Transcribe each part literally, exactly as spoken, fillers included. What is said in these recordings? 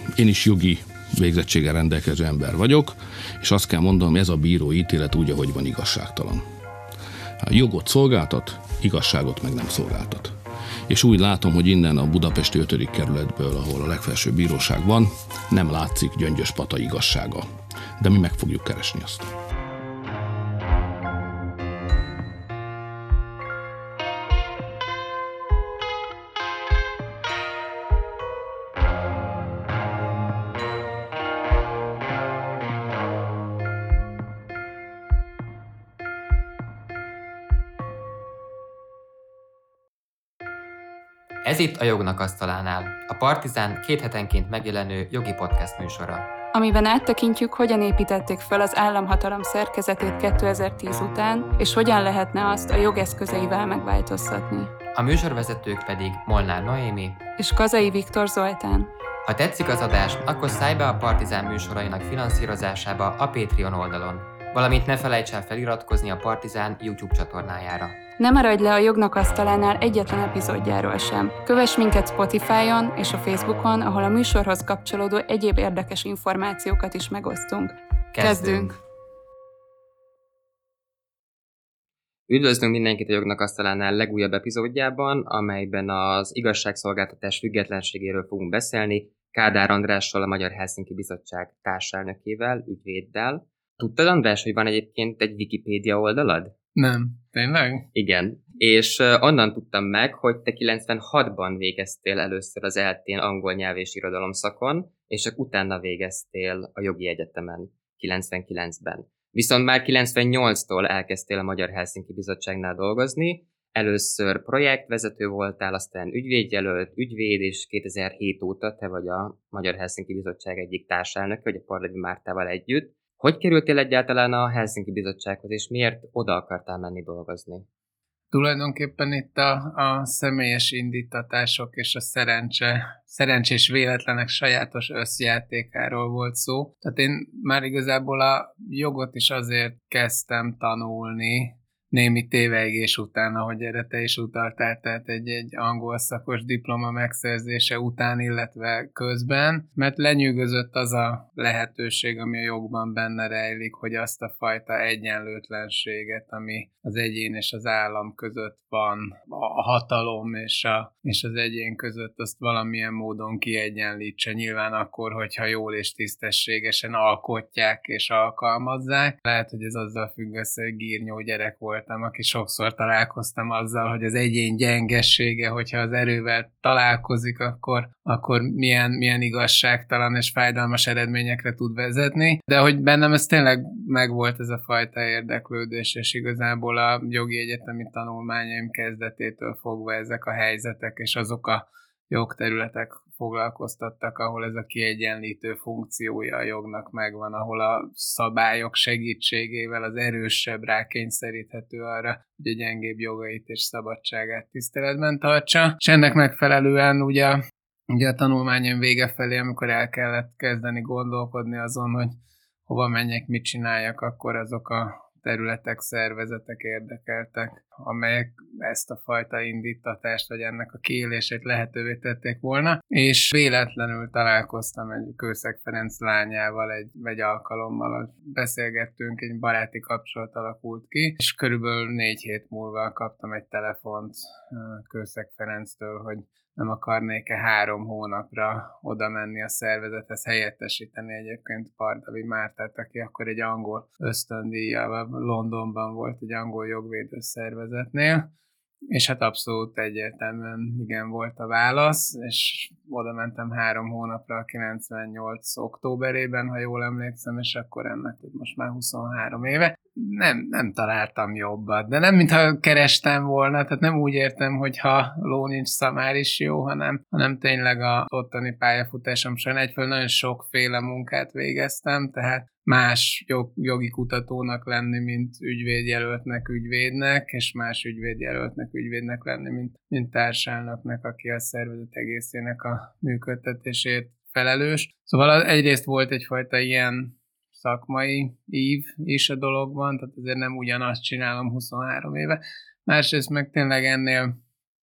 én is jogi végzettséggel rendelkező ember vagyok, és azt kell mondanom, ez a bíró ítélet úgy, ahogy van, igazságtalan. A jogot szolgáltat, igazságot meg nem szolgáltat. És úgy látom, hogy innen a budapesti ötödik kerületből, ahol a legfelsőbb bíróság van, nem látszik Gyöngyös Pata igazsága. De mi meg fogjuk keresni azt. Ez itt a Jognak Asztalánál, a Partizán két hetenként megjelenő jogi podcast műsora, amiben áttekintjük, hogyan építették fel az államhatalom szerkezetét kétezer-tíz után, és hogyan lehetne azt a jogeszközeivel megváltoztatni. A műsorvezetők pedig Molnár Noémi és Kazai Viktor Zoltán. Ha tetszik az adás, akkor szállj be a Partizán műsorainak finanszírozásába a Patreon oldalon, valamint ne felejts el feliratkozni a Partizán YouTube csatornájára. Ne maradj le a Jognak Asztalánál egyetlen epizódjáról sem. Kövess minket Spotify-on és a Facebookon, ahol a műsorhoz kapcsolódó egyéb érdekes információkat is megosztunk. Kezdünk! Üdvözlünk mindenkit a Jognak Asztalánál legújabb epizódjában, amelyben az igazságszolgáltatás függetlenségéről fogunk beszélni, Kádár Andrással, a Magyar Helsinki Bizottság társelnökével, ügyvéddel. Tudtad, András, hogy van egyébként egy Wikipédia oldalad? Nem. Tényleg? Igen. És uh, onnan tudtam meg, hogy te kilencvenhatban végeztél először az é té-n angol nyelv és irodalom szakon, és csak utána végeztél a jogi egyetemen kilencvenkilencben. Viszont már kilencvennyolctól elkezdtél a Magyar Helsinki Bizottságnál dolgozni, először projektvezető voltál, aztán ügyvédjelölt, ügyvéd, és kétezer-hét óta te vagy a Magyar Helsinki Bizottság egyik társelnöke, vagy a Parlevy Mártával együtt. Hogy kerültél egyáltalán a Helsinki Bizottsághoz, és miért oda akartál menni dolgozni? Tulajdonképpen itt a, a személyes indítatások és a szerencse, szerencsés véletlenek sajátos összjátékáról volt szó. Tehát én már igazából a jogot is azért kezdtem tanulni, némi tévejgés után, ahogy erre te is utaltál, tehát egy, egy angol szakos diploma megszerzése után, illetve közben, mert lenyűgözött az a lehetőség, ami a jogban benne rejlik, hogy azt a fajta egyenlőtlenséget, ami az egyén és az állam között van, a hatalom és, a, és az egyén között, azt valamilyen módon kiegyenlítse. Nyilván akkor, hogyha jól és tisztességesen alkotják és alkalmazzák. Lehet, hogy ez azzal függ össze, hogy gírnyó gyerek volt, aki sokszor találkoztam azzal, hogy az egyén gyengessége, hogyha az erővel találkozik, akkor, akkor milyen, milyen igazságtalan és fájdalmas eredményekre tud vezetni. De hogy bennem ez tényleg megvolt ez a fajta érdeklődés, és igazából a jogi egyetemi tanulmányaim kezdetétől fogva ezek a helyzetek és azok a jogterületek foglalkoztattak, ahol ez a kiegyenlítő funkciója a jognak megvan, ahol a szabályok segítségével az erősebb rákényszeríthető arra, hogy a gyengébb jogait és szabadságát tiszteletben tartsa. És ennek megfelelően ugye, ugye a tanulmányom vége felé, amikor el kellett kezdeni gondolkodni azon, hogy hova menjek, mit csináljak, akkor azok a területek, szervezetek érdekeltek, amelyek ezt a fajta indítatást, vagy ennek a kiélését lehetővé tették volna, és véletlenül találkoztam egy Kőszeg Ferenc lányával egy, egy alkalommal, beszélgettünk, egy baráti kapcsolat alakult ki, és körülbelül négy hét múlva kaptam egy telefont Kőszeg Ferenctől, hogy nem akarnék-e három hónapra oda menni a szervezethez, helyettesíteni egyébként Parlevy Mártát, aki akkor egy angol ösztöndíjjal Londonban volt, egy angol jogvédő szervezetnél, és hát abszolút egyértelműen igen volt a válasz, és oda mentem három hónapra a kilencvennyolc októberében, ha jól emlékszem, és akkor ennek most már huszonhárom éve. Nem, nem találtam jobbat, de nem mintha kerestem volna, tehát nem úgy értem, hogy ha ló nincs, szamár is jó, hanem, hanem tényleg a ottani pályafutásom során egyfelől nagyon sokféle munkát végeztem, tehát más jog, jogi kutatónak lenni, mint ügyvédjelöltnek, ügyvédnek, és más ügyvédjelöltnek, ügyvédnek lenni, mint, mint társelnöknek, aki a szervezet egészének a működtetésért felelős. Szóval egyrészt volt egyfajta ilyen szakmai ív is a dologban, tehát azért nem ugyanazt csinálom huszonhárom éve. Másrészt meg tényleg ennél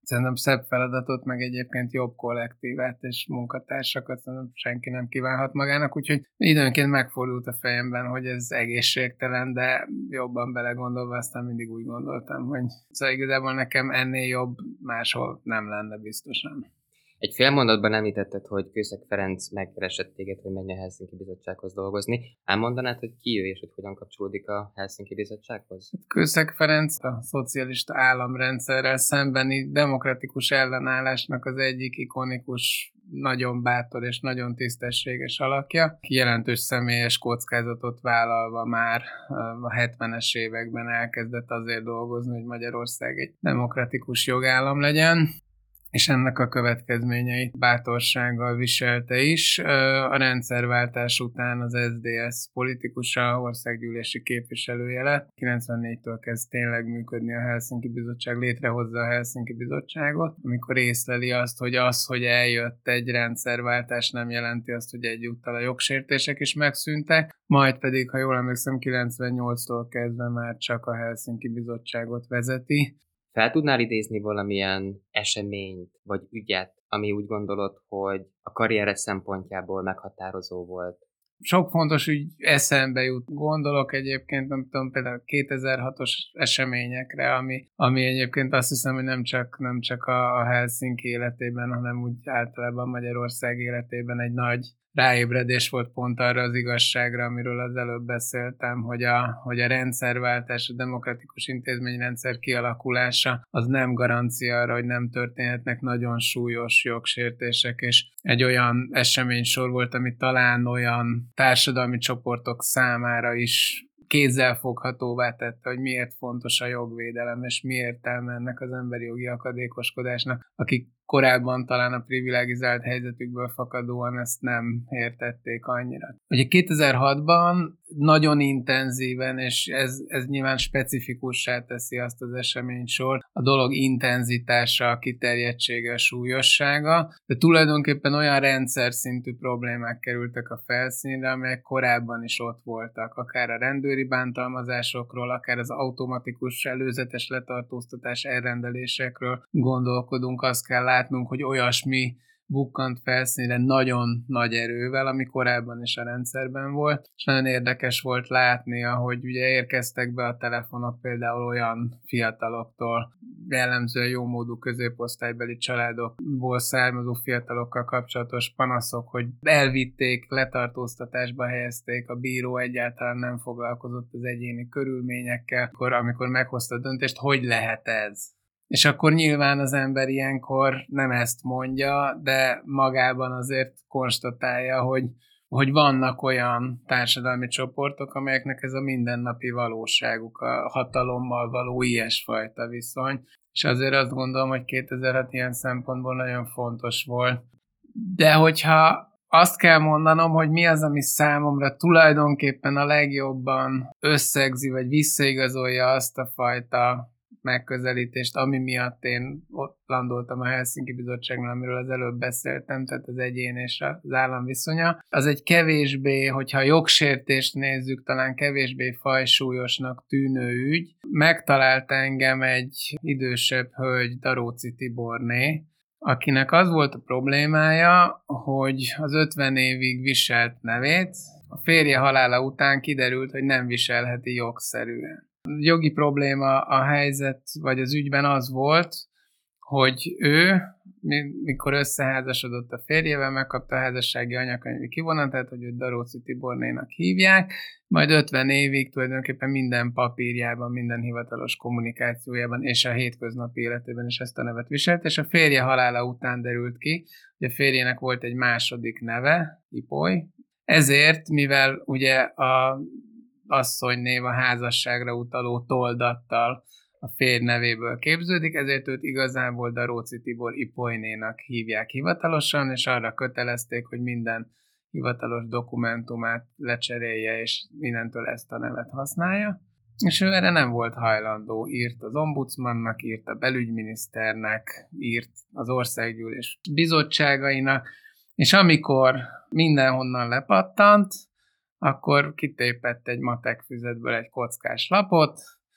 szerintem szebb feladatot, meg egyébként jobb kollektívát és munkatársakat szerintem senki nem kívánhat magának, úgyhogy időnként megfordult a fejemben, hogy ez egészségtelen, de jobban belegondolva aztán mindig úgy gondoltam, hogy szóval igazából nekem ennél jobb máshol nem lenne biztosan. Egy fél mondatban említetted, hogy Kőszeg Ferenc megkeresett téged, hogy menj a Helsinki Bizottsághoz dolgozni. Elmondanád, hogy ki ő és hogy hogyan kapcsolódik a Helsinki Bizottsághoz? Kőszeg Ferenc a szocialista államrendszerrel szembeni demokratikus ellenállásnak az egyik ikonikus, nagyon bátor és nagyon tisztességes alakja. Jelentős személyes kockázatot vállalva már a hetvenes években elkezdett azért dolgozni, hogy Magyarország egy demokratikus jogállam legyen, és ennek a következményeit bátorsággal viselte is. A rendszerváltás után az es zé dé es politikusa, országgyűlési képviselője lett. kilencvennégytől kezd tényleg működni a Helsinki Bizottság, létrehozza a Helsinki Bizottságot, amikor észleli azt, hogy az, hogy eljött egy rendszerváltás, nem jelenti azt, hogy egyúttal a jogsértések is megszűntek, majd pedig, ha jól emlékszem, kilencvennyolctól kezdve már csak a Helsinki Bizottságot vezeti. Fel tudnál idézni valamilyen eseményt vagy ügyet, ami úgy gondolod, hogy a karriered szempontjából meghatározó volt? Sok fontos ügy eszembe jut. Gondolok egyébként, nem tudom, például kétezer-hatos eseményekre, ami, ami egyébként azt hiszem, hogy nem csak, nem csak a Helsinki életében, hanem úgy általában Magyarország életében egy nagy ráébredés volt pont arra az igazságra, amiről az előbb beszéltem, hogy a, hogy a rendszerváltás, a demokratikus intézményrendszer kialakulása az nem garancia arra, hogy nem történhetnek nagyon súlyos jogsértések, és egy olyan eseménysor volt, ami talán olyan társadalmi csoportok számára is kézzelfoghatóvá tette, hogy miért fontos a jogvédelem, és mi értelme ennek az emberi jogi akadékoskodásnak, akik korábban talán a privilegizált helyzetükből fakadóan ezt nem értették annyira. Ugye kétezer-hatban nagyon intenzíven, és ez, ez nyilván specifikussá teszi azt az eseménysor, a dolog intenzitása, a kiterjedtsége, a súlyossága, de tulajdonképpen olyan rendszer szintű problémák kerültek a felszínre, amelyek korábban is ott voltak, akár a rendőri bántalmazásokról, akár az automatikus előzetes letartóztatás elrendelésekről gondolkodunk, azt kell látnunk, hogy olyasmi bukkant felszínre nagyon nagy erővel, ami korábban is a rendszerben volt, és nagyon érdekes volt látni, ahogy ugye érkeztek be a telefonok például olyan fiataloktól, jellemzően jómódú középosztálybeli családokból származó fiatalokkal kapcsolatos panaszok, hogy elvitték, letartóztatásba helyezték, a bíró egyáltalán nem foglalkozott az egyéni körülményekkel, akkor, amikor meghozta a döntést, hogy lehet ez? És akkor nyilván az ember ilyenkor nem ezt mondja, de magában azért konstatálja, hogy, hogy vannak olyan társadalmi csoportok, amelyeknek ez a mindennapi valóságuk, a hatalommal való ilyesfajta viszony. És azért azt gondolom, hogy kétezer-hat ilyen szempontból nagyon fontos volt. De hogyha azt kell mondanom, hogy mi az, ami számomra tulajdonképpen a legjobban összegzi, vagy visszaigazolja azt a fajta megközelítést, ami miatt én ott landoltam a Helsinki Bizottságnál, amiről az előbb beszéltem, tehát az egyén és az állam viszonya. Az egy kevésbé, hogyha jogsértést nézzük, talán kevésbé fajsúlyosnak tűnő ügy. Megtalált engem egy idősebb hölgy, Daróczi Tiborné, akinek az volt a problémája, hogy az ötven évig viselt nevét, a férje halála után kiderült, hogy nem viselheti jogszerűen. Jogi probléma a helyzet, vagy az ügyben az volt, hogy ő, mikor összeházasodott a férjével, megkapta a házassági anyakönyvi kivonatát, hogy őt Daróczi Tibornénak hívják, majd ötven évig tulajdonképpen minden papírjában, minden hivatalos kommunikációjában és a hétköznapi életében is ezt a nevet viselt, és a férje halála után derült ki, hogy a férjének volt egy második neve, Ipoly, ezért, mivel ugye a asszonynév a házasságra utaló toldattal a férj nevéből képződik, ezért őt igazából Daróczi Tibor Ipolynénak hívják hivatalosan, és arra kötelezték, hogy minden hivatalos dokumentumát lecserélje, és innentől ezt a nevet használja. És ő erre nem volt hajlandó. Írt az ombudsmannak, írt a belügyminiszternek, írt az országgyűlés bizottságainak, és amikor mindenhonnan lepattant, akkor kitépett egy matek füzetből egy kockás lapot,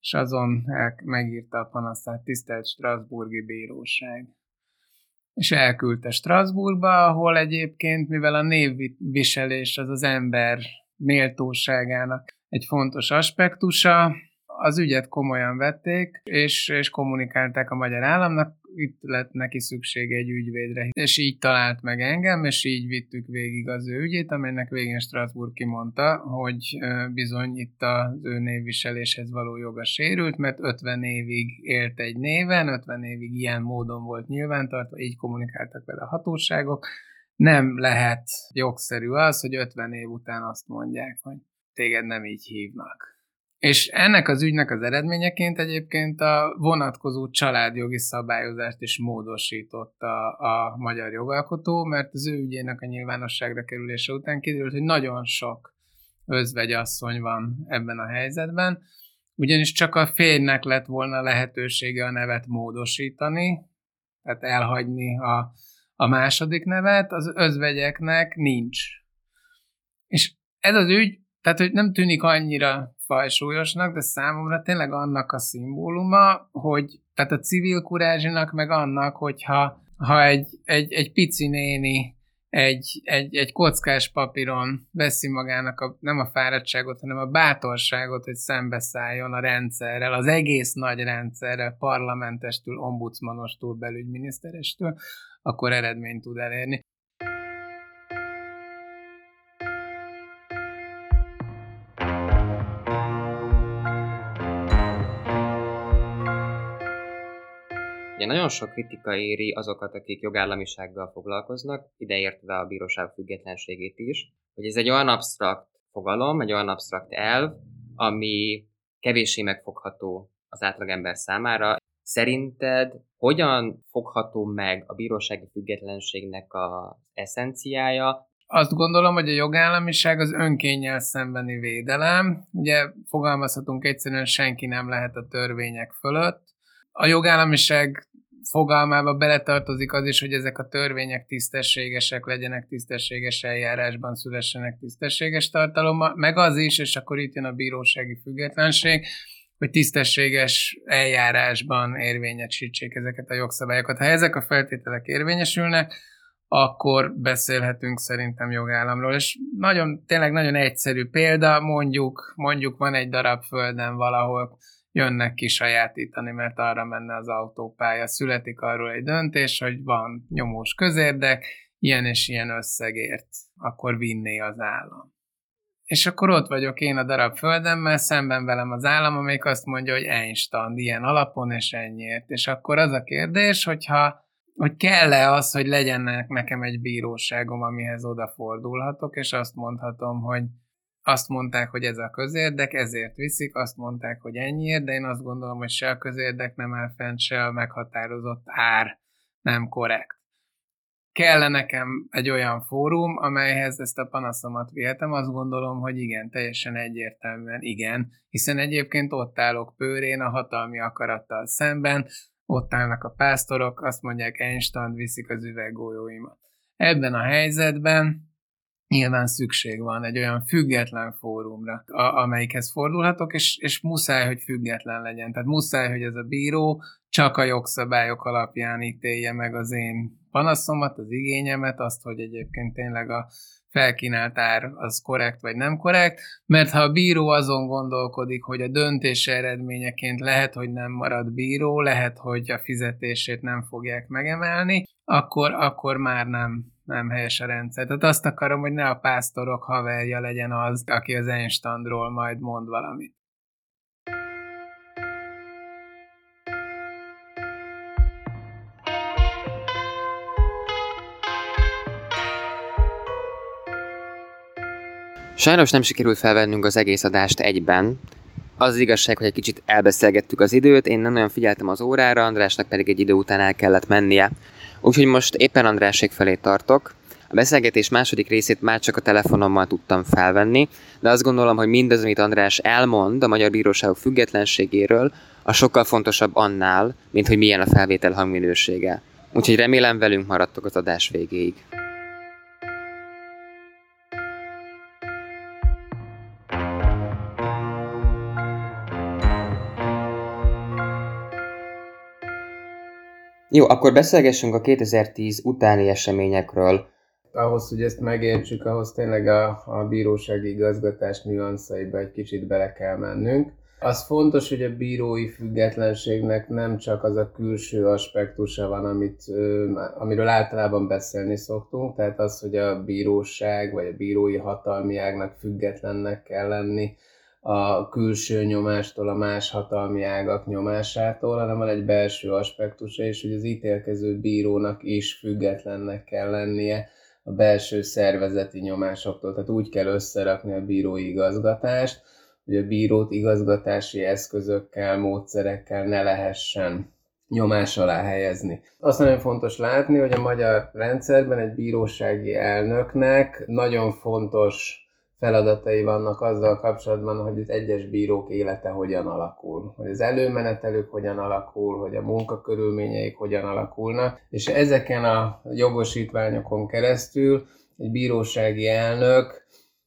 és azon megírta a panaszát: tisztelt Strasbourgi Bíróság. És elküldte Strasbourgba, ahol egyébként, mivel a névviselés az az ember méltóságának egy fontos aspektusa, az ügyet komolyan vették, és, és kommunikálták a magyar államnak, itt lett neki szüksége egy ügyvédre, és így talált meg engem, és így vittük végig az ő ügyét, amelynek végén Strasbourg kimondta, hogy bizony itt az ő névviseléshez való joga sérült, mert ötven évig élt egy néven, ötven évig ilyen módon volt nyilvántartva, így kommunikáltak vele a hatóságok. Nem lehet jogszerű az, hogy ötven év után azt mondják, hogy téged nem így hívnak. És ennek az ügynek az eredményeként egyébként a vonatkozó családjogi szabályozást is módosította a magyar jogalkotó, mert az ő ügyének a nyilvánosságra kerülése után kiderült, hogy nagyon sok özvegyasszony van ebben a helyzetben, ugyanis csak a férjnek lett volna lehetősége a nevet módosítani, tehát elhagyni a, a második nevet, az özvegyeknek nincs. És ez az ügy, tehát hogy nem tűnik annyira fajsúlyosnak, de számomra tényleg annak a szimbóluma, hogy tehát a civil kurázsinak, meg annak, hogyha ha egy, egy, egy pici néni egy, egy, egy kockás papíron veszi magának a, nem a fáradtságot, hanem a bátorságot, hogy szembeszálljon a rendszerrel, az egész nagy rendszerrel, parlamentestől, ombudsmanostól, belügyminiszterestől, akkor eredményt tud elérni. Ugye nagyon sok kritika éri azokat, akik jogállamisággal foglalkoznak, ideértve a bíróság függetlenségét is, hogy ez egy olyan absztrakt fogalom, egy olyan absztrakt elv, ami kevéssé megfogható az átlagember számára. Szerinted hogyan fogható meg a bírósági függetlenségnek az eszenciája? Azt gondolom, hogy a jogállamiság az önkénnyel szembeni védelem. Ugye fogalmazhatunk egyszerűen, senki nem lehet a törvények fölött. A jogállamiság fogalmába beletartozik az is, hogy ezek a törvények tisztességesek legyenek, tisztességes eljárásban szülessenek tisztességes tartalommal, meg az is, és akkor itt jön a bírósági függetlenség, hogy tisztességes eljárásban érvényesítsék ezeket a jogszabályokat. Ha ezek a feltételek érvényesülnek, akkor beszélhetünk szerintem jogállamról. És nagyon, tényleg nagyon egyszerű példa, mondjuk, mondjuk van egy darab földem valahol, jönnek kisajátítani, mert arra menne az autópálya. Születik arról egy döntés, hogy van nyomós közérdek, ilyen és ilyen összegért, akkor vinné az állam. És akkor ott vagyok én a darab földemmel, szemben velem az állam, amelyik azt mondja, hogy einstand, ilyen alapon és ennyiért. És akkor az a kérdés, hogyha, hogy kell-e az, hogy legyen nekem egy bíróságom, amihez odafordulhatok, és azt mondhatom, hogy azt mondták, hogy ez a közérdek, ezért viszik, azt mondták, hogy ennyiért, de én azt gondolom, hogy se a közérdek nem áll fent, se a meghatározott ár nem korrekt. Kell nekem egy olyan fórum, amelyhez ezt a panaszomat vihetem? Azt gondolom, hogy igen, teljesen egyértelműen igen, hiszen egyébként ott állok pőrén a hatalmi akarattal szemben, ott állnak a pásztorok, azt mondják, einstand, viszik az üveggolyóimat. Ebben a helyzetben nyilván szükség van egy olyan független fórumra, a- amelyikhez fordulhatok, és, és muszáj, hogy független legyen. Tehát muszáj, hogy ez a bíró csak a jogszabályok alapján ítélje meg az én panaszomat, az igényemet, azt, hogy egyébként tényleg a felkínált ár az korrekt vagy nem korrekt, mert ha a bíró azon gondolkodik, hogy a döntés eredményeként lehet, hogy nem marad bíró, lehet, hogy a fizetését nem fogják megemelni, akkor, akkor már nem, nem helyes a rendszer. Tehát azt akarom, hogy ne a pásztorok haverja legyen az, aki az einstandról majd mond valamit. Sajnos nem sikerült felvennünk az egész adást egyben. Az az igazság, hogy egy kicsit elbeszélgettük az időt, én nem nagyon figyeltem az órára, Andrásnak pedig egy idő után el kellett mennie. Úgyhogy most éppen Andrásék felé tartok. A beszélgetés második részét már csak a telefonommal tudtam felvenni, de azt gondolom, hogy mindaz, amit András elmond a magyar bíróságok függetlenségéről, a sokkal fontosabb annál, mint hogy milyen a felvétel hangminősége. Úgyhogy remélem velünk maradtok az adás végéig. Jó, akkor beszélgessünk a kétezer-tíz utáni eseményekről. Ahhoz, hogy ezt megértsük, ahhoz tényleg a, a bírósági igazgatás nüanszaiba egy kicsit bele kell mennünk. Az fontos, hogy a bírói függetlenségnek nem csak az a külső aspektusa van, amit, amiről általában beszélni szoktunk, tehát az, hogy a bíróság vagy a bírói hatalmi ágnak függetlennek kell lenni a külső nyomástól, a más hatalmi ágak nyomásától, hanem van egy belső aspektusa is, hogy az ítélkező bírónak is függetlennek kell lennie a belső szervezeti nyomásoktól. Tehát úgy kell összerakni a bírói igazgatást, hogy a bírót igazgatási eszközökkel, módszerekkel ne lehessen nyomás alá helyezni. Azt nagyon fontos látni, hogy a magyar rendszerben egy bírósági elnöknek nagyon fontos feladatai vannak azzal kapcsolatban, hogy az egyes bírók élete hogyan alakul, hogy az előmenetelük hogyan alakul, hogy a munkakörülményeik hogyan alakulnak, és ezeken a jogosítványokon keresztül egy bírósági elnök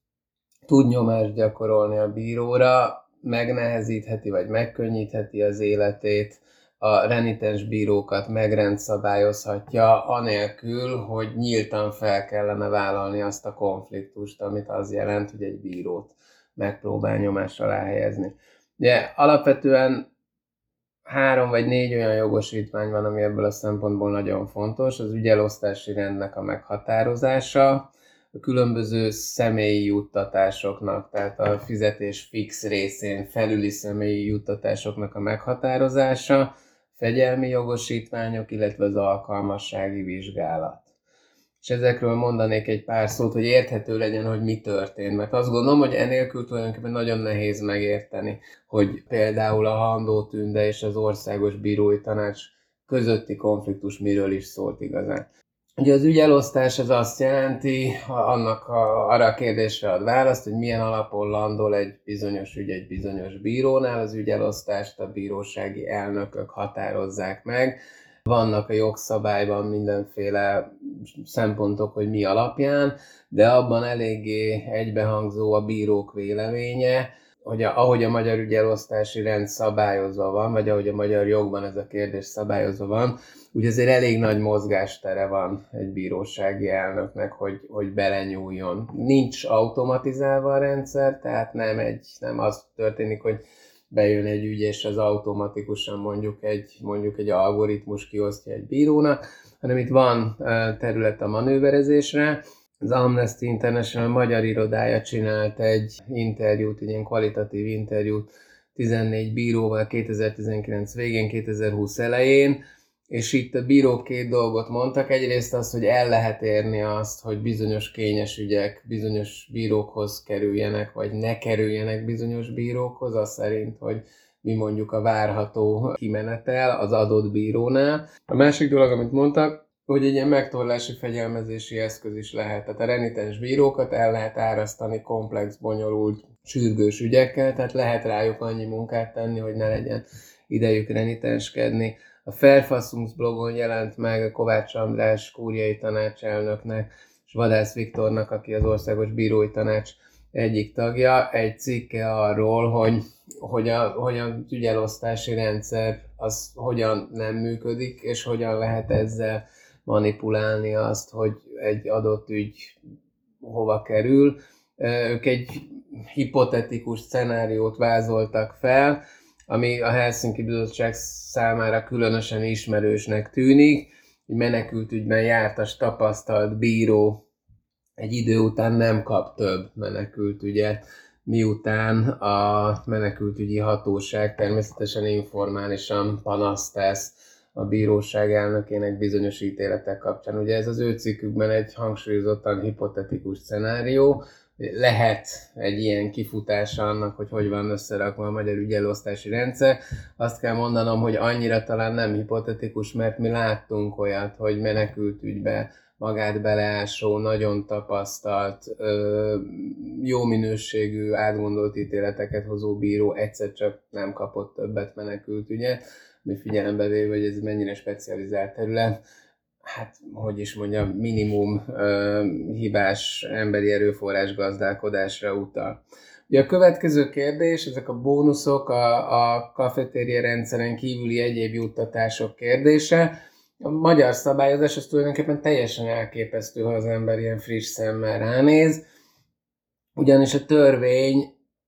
tud nyomást gyakorolni a bíróra, megnehezítheti vagy megkönnyítheti az életét, a renitens bírókat megrendszabályozhatja, anélkül, hogy nyíltan fel kellene vállalni azt a konfliktust, amit az jelent, hogy egy bírót megpróbál nyomás alá helyezni. Ugye alapvetően három vagy négy olyan jogosítvány van, ami ebből a szempontból nagyon fontos. Az ügyelosztási rendnek a meghatározása, a különböző személyi juttatásoknak, tehát a fizetés fix részén felüli személyi juttatásoknak a meghatározása, fegyelmi jogosítványok, illetve az alkalmassági vizsgálat. És ezekről mondanék egy pár szót, hogy érthető legyen, hogy mi történt. Mert azt gondolom, hogy enélkül tulajdonképpen nagyon nehéz megérteni, hogy például a Handó Tünde és az Országos Bírói Tanács közötti konfliktus miről is szólt igazán. Ugye az ügyelosztás az azt jelenti, annak a, arra a kérdésre ad választ, hogy milyen alapon landol egy bizonyos ügy egy bizonyos bírónál. Az ügyelosztást a bírósági elnökök határozzák meg. Vannak a jogszabályban mindenféle szempontok, hogy mi alapján, de abban eléggé egybehangzó a bírók véleménye, hogy a, ahogy a magyar ügyelosztási rend szabályozva van, vagy ahogy a magyar jogban ez a kérdés szabályozva van, úgy azért elég nagy mozgástere van egy bírósági elnöknek, hogy, hogy belenyúljon. Nincs automatizálva a rendszer, tehát nem, egy, nem az történik, hogy bejön egy ügy, és az automatikusan mondjuk egy, mondjuk egy algoritmus kiosztja egy bírónak, hanem itt van terület a manőverezésre. Az Amnesty International magyar irodája csinált egy interjút, egy ilyen kvalitatív interjút tizennégy bíróval kétezer-tizenkilenc végén, kétezer-húsz elején, és itt a bírók két dolgot mondtak. Egyrészt az, hogy el lehet érni azt, hogy bizonyos kényes ügyek bizonyos bírókhoz kerüljenek, vagy ne kerüljenek bizonyos bírókhoz, az szerint, hogy mi mondjuk a várható kimenetel az adott bírónál. A másik dolog, amit mondtak, hogy egy ilyen megtorlási fegyelmezési eszköz is lehet. Tehát a renitens bírókat el lehet árasztani komplex, bonyolult, sürgős ügyekkel, tehát lehet rájuk annyi munkát tenni, hogy ne legyen idejük renitenskedni. A Verfassungsblogon jelent meg Kovács András kúriai tanácselnöknek és Vadász Viktornak, aki az Országos Bírói Tanács egyik tagja, egy cikke arról, hogy, hogy, a, hogy az ügyelosztási rendszer az hogyan nem működik, és hogyan lehet ezzel manipulálni azt, hogy egy adott ügy hova kerül. Ők egy hipotetikus szenáriót vázoltak fel, ami a Helsinki Bizottság számára különösen ismerősnek tűnik. Egy menekültügyben jártas tapasztalt bíró egy idő után nem kap több menekültügyet, miután a menekültügyi hatóság természetesen informálisan panaszt tesz a bíróság elnökének bizonyos ítéletek kapcsán. Ugye ez az ő cikkükben egy hangsúlyozottan hipotetikus szenárió, lehet egy ilyen kifutása annak, hogy hogy van összerakva a magyar ügyelosztási rendszer. Azt kell mondanom, hogy annyira talán nem hipotetikus, mert mi láttunk olyat, hogy menekültügybe magát beleásó, nagyon tapasztalt, jó minőségű, átgondolt ítéleteket hozó bíró egyszer csak nem kapott többet menekültügyet, mi figyelembe véve, hogy ez mennyire specializált terület. Hát, hogy is mondjam, minimum ö, hibás emberi erőforrás gazdálkodásra utal. Ugye a következő kérdés, ezek a bónuszok, a, a kafetéria rendszeren kívüli egyéb juttatások kérdése. A magyar szabályozás az tulajdonképpen teljesen elképesztő, ha az ember ilyen friss szemmel ránéz, ugyanis a törvény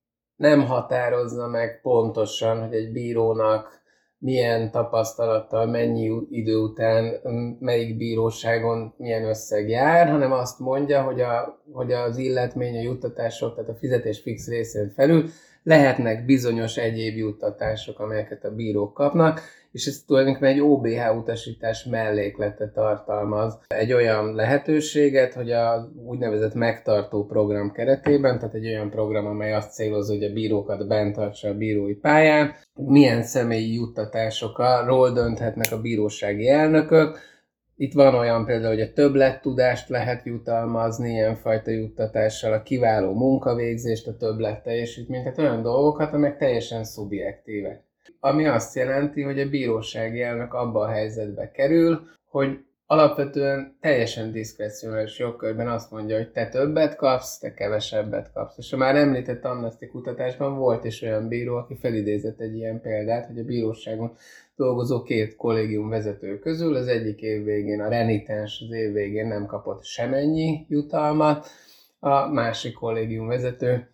nem határozza meg pontosan, hogy egy bírónak milyen tapasztalattal, mennyi idő után, melyik bíróságon milyen összeg jár, hanem azt mondja, hogy, a, hogy az illetmény, a juttatások, tehát a fizetés fix részén felül lehetnek bizonyos egyéb juttatások, amelyeket a bírók kapnak, és ez tulajdonképpen egy o bé há utasítás melléklete tartalmaz. Egy olyan lehetőséget, hogy a úgynevezett megtartó program keretében, tehát egy olyan program, amely azt célozza, hogy a bírókat bent tartsa a bírói pályán, milyen személyi juttatásokról dönthetnek a bírósági elnökök. Itt van olyan például, hogy a többlettudást lehet jutalmazni ilyenfajta juttatással, a kiváló munkavégzést, a többletteljesítményt, tehát olyan dolgokat, amelyek teljesen szubjektívek. Ami azt jelenti, hogy a bírósági elnök abba a helyzetbe kerül, hogy alapvetően teljesen diszkrecionális jogkörben azt mondja, hogy te többet kapsz, te kevesebbet kapsz. És a már említett Amnesty kutatásban volt is olyan bíró, aki felidézett egy ilyen példát, hogy a bíróságon dolgozó két kollégium vezető közül az egyik év végén a renitens az év végén nem kapott semennyi jutalmat, a másik kollégium vezető,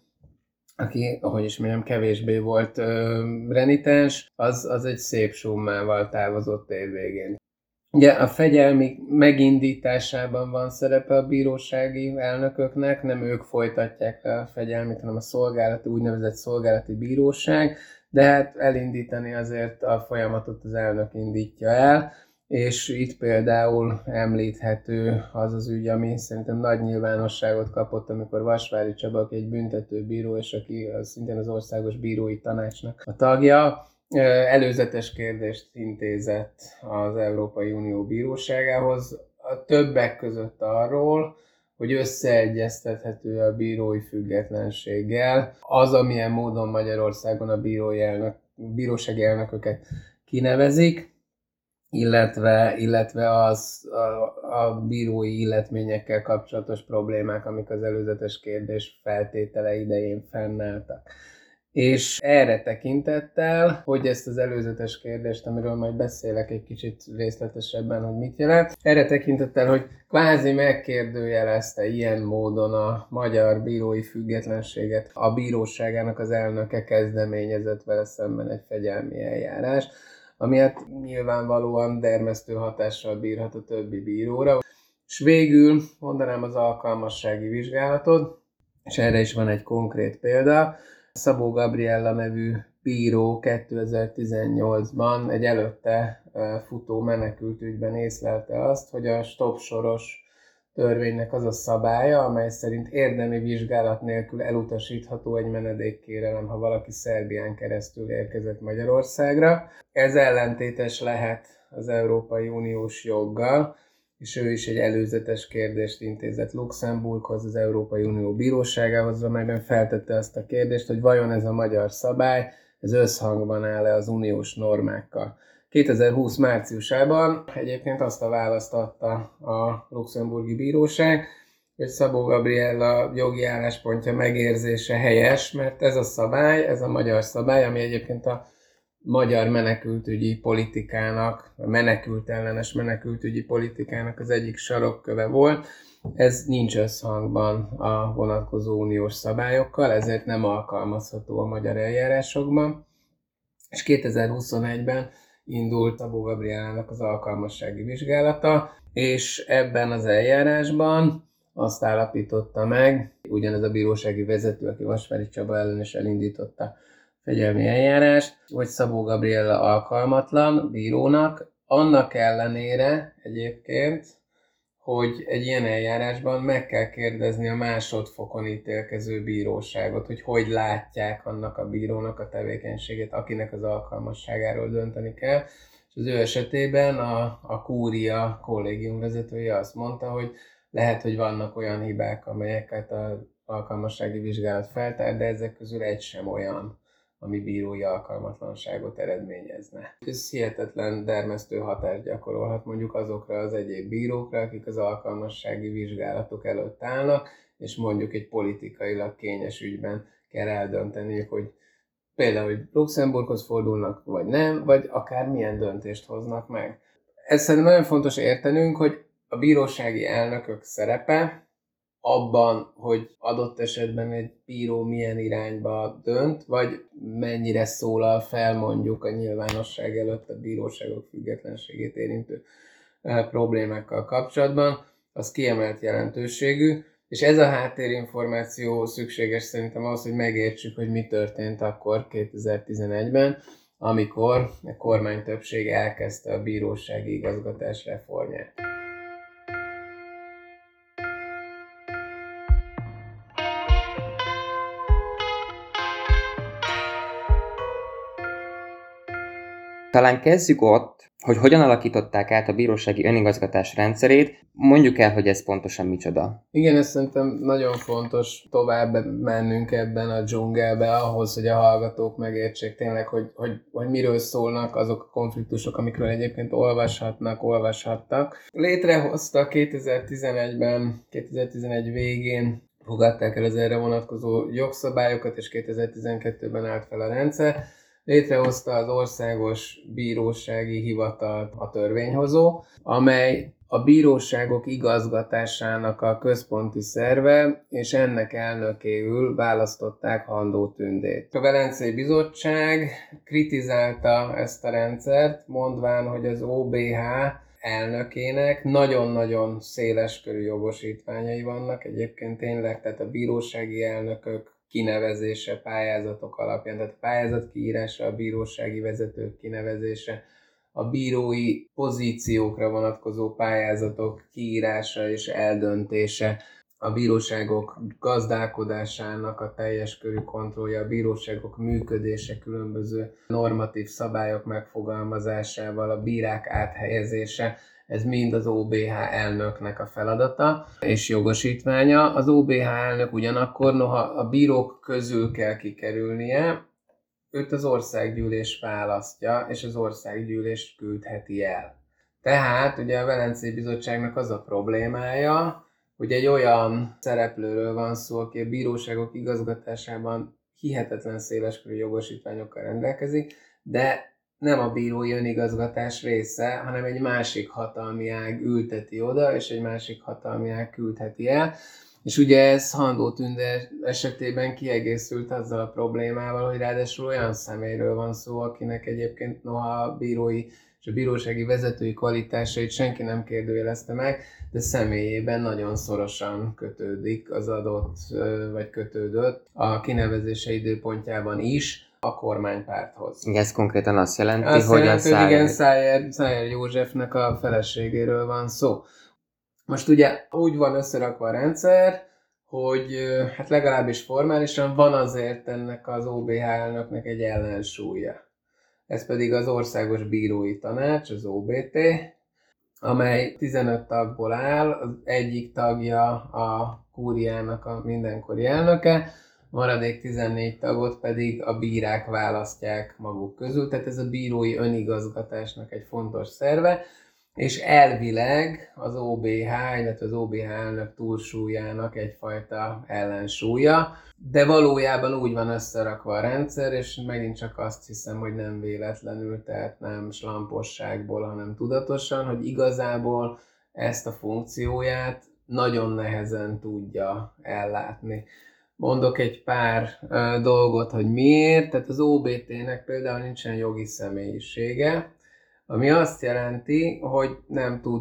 aki, ahogy is mondjam, kevésbé volt ö, renitens, az, az egy szép summával távozott év végén. Ugye a fegyelmi megindításában van szerepe a bírósági elnököknek, nem ők folytatják le a fegyelmit, hanem a szolgálati, úgynevezett szolgálati bíróság, de hát elindítani azért a folyamatot az elnök indítja el, és itt például említhető az az ügy, ami szerintem nagy nyilvánosságot kapott, amikor Vasvári Csaba, aki egy büntetőbíró, és aki szintén az Országos Bírói Tanácsnak a tagja, előzetes kérdést intézett az Európai Unió Bíróságához, a többek között arról, hogy összeegyeztethető a bírói függetlenséggel az, amilyen módon Magyarországon a bírói elnök, bírósági elnököket kinevezik, illetve, illetve az, a, a bírói illetményekkel kapcsolatos problémák, amik az előzetes kérdés feltétele idején fennálltak. És erre tekintettel, hogy ezt az előzetes kérdést, amiről majd beszélek egy kicsit részletesebben, hogy mit jelent, erre tekintettel, hogy kvázi megkérdőjelezte ilyen módon a magyar bírói függetlenséget, a bíróságának az elnöke kezdeményezett vele szemben egy fegyelmi eljárás, ami hát nyilvánvalóan dermesztő hatással bírhat a többi bíróra. És végül mondanám az alkalmassági vizsgálatot, és erre is van egy konkrét példa. Szabó Gabriella nevű bíró kétezer-tizennyolcban egy előtte futó menekültügyben észlelte azt, hogy a stop-soros törvénynek az a szabálya, amely szerint érdemi vizsgálat nélkül elutasítható egy menedékkérelem, ha valaki Szerbián keresztül érkezett Magyarországra. Ez ellentétes lehet az Európai Uniós joggal, és ő is egy előzetes kérdést intézett Luxemburghoz, az Európai Unió Bíróságához, amelyben feltette azt a kérdést, hogy vajon ez a magyar szabály, ez összhangban áll-e az uniós normákkal. kétezer-húsz márciusában egyébként azt a választ adta a luxemburgi bíróság, hogy Szabó Gabriella jogi álláspontja megérzése helyes, mert ez a szabály, ez a magyar szabály, ami egyébként a magyar menekültügyi politikának, a menekült ellenes menekültügyi politikának az egyik sarokköve volt. Ez nincs összhangban a vonatkozó uniós szabályokkal, ezért nem alkalmazható a magyar eljárásokban. És kétezer-huszonegyben indult Szabó Gabriellának az alkalmassági vizsgálata, és ebben az eljárásban azt állapította meg, ugyanez a bírósági vezető, aki Vasvári Csaba ellen is elindította fegyelmi eljárást, hogy Szabó Gabriella alkalmatlan bírónak, annak ellenére egyébként, hogy egy ilyen eljárásban meg kell kérdezni a másodfokon ítélkező bíróságot, hogy hogy látják annak a bírónak a tevékenységét, akinek az alkalmasságáról dönteni kell. És az ő esetében a, a kúria kollégium vezetője azt mondta, hogy lehet, hogy vannak olyan hibák, amelyeket az alkalmassági vizsgálat feltár, de ezek közül egy sem olyan, ami bírói alkalmatlanságot eredményezne. Ez hihetetlen dermesztő hatást gyakorolhat mondjuk azokra az egyéb bírókra, akik az alkalmassági vizsgálatok előtt állnak, és mondjuk egy politikailag kényes ügyben kell eldönteniük, hogy például, hogy Luxemburghoz fordulnak, vagy nem, vagy akár milyen döntést hoznak meg. Ez szerintem nagyon fontos értenünk, hogy a bírósági elnökök szerepe abban, hogy adott esetben egy bíró milyen irányba dönt, vagy mennyire szólal fel mondjuk a nyilvánosság előtt a bíróságok függetlenségét érintő problémákkal kapcsolatban, az kiemelt jelentőségű, és ez a háttérinformáció szükséges szerintem ahhoz, hogy megértsük, hogy mi történt akkor kétezer-tizenegyben, amikor a kormánytöbbség elkezdte a bírósági igazgatás reformját. Talán kezdjük ott, hogy hogyan alakították át a bírósági önigazgatás rendszerét, mondjuk el, hogy ez pontosan micsoda. Igen, ez szerintem nagyon fontos tovább mennünk ebben a dzsungelbe ahhoz, hogy a hallgatók megértsék tényleg, hogy, hogy, hogy miről szólnak azok a konfliktusok, amikről egyébként olvashatnak, olvashattak. Létrehozta kétezer-tizenegyben, kétezer-tizenegy végén fogadták el az erre vonatkozó jogszabályokat, és kétezer-tizenkettőben állt fel a rendszer. Létrehozta az Országos Bírósági Hivatalt a törvényhozó, amely a bíróságok igazgatásának a központi szerve, és ennek elnökéül választották Handó Tündét. A Velencei Bizottság kritizálta ezt a rendszert, mondván, hogy az o bé há elnökének nagyon-nagyon széleskörű jogosítványai vannak, egyébként tényleg, tehát a bírósági elnökök kinevezése pályázatok alapján, tehát a pályázat kiírása, a bírósági vezetők kinevezése, a bírói pozíciókra vonatkozó pályázatok kiírása és eldöntése, a bíróságok gazdálkodásának a teljes körű kontrollja, a bíróságok működése különböző normatív szabályok megfogalmazásával, a bírák áthelyezése, ez mind az o bé há elnöknek a feladata és jogosítványa. Az o bé há elnök ugyanakkor, noha a bírók közül kell kikerülnie, őt az országgyűlés választja, és az országgyűlés küldheti el. Tehát ugye a Velencei Bizottságnak az a problémája, hogy egy olyan szereplőről van szó, aki a bíróságok igazgatásában hihetetlen széleskörű jogosítványokkal rendelkezik, de nem a bírói önigazgatás része, hanem egy másik hatalmi ág ülteti oda, és egy másik hatalmi ág küldheti el. És ugye ez Handó Tünde esetében kiegészült azzal a problémával, hogy ráadásul olyan személyről van szó, akinek egyébként noha a bírói és a bírósági vezetői kvalitásait senki nem kérdőjelezte meg, de személyében nagyon szorosan kötődik az adott, vagy kötődött a kinevezése időpontjában is a kormánypárthoz. Ez konkrétan azt jelenti, azt hogy jelenti, a Szájer... igen, Szájer, Szájer Józsefnek a feleségéről van szó. Most ugye úgy van összerakva a rendszer, hogy hát legalábbis formálisan van azért ennek az o bé há elnöknek egy ellensúlya. Ez pedig az Országos Bírói Tanács, az o bé té, amely tizenöt tagból áll, az egyik tagja a kúriának a mindenkori elnöke, maradék tizennégy tagot pedig a bírák választják maguk közül, tehát ez a bírói önigazgatásnak egy fontos szerve, és elvileg az o bé há, illetve az o bé há elnök túlsúlyának egyfajta ellensúlya, de valójában úgy van összerakva a rendszer, és megint csak azt hiszem, hogy nem véletlenül, tehát nem slamposságból, hanem tudatosan, hogy igazából ezt a funkcióját nagyon nehezen tudja ellátni. Mondok egy pár ö, dolgot, hogy miért. Tehát az o bé té-nek például nincsen jogi személyisége, ami azt jelenti, hogy nem tud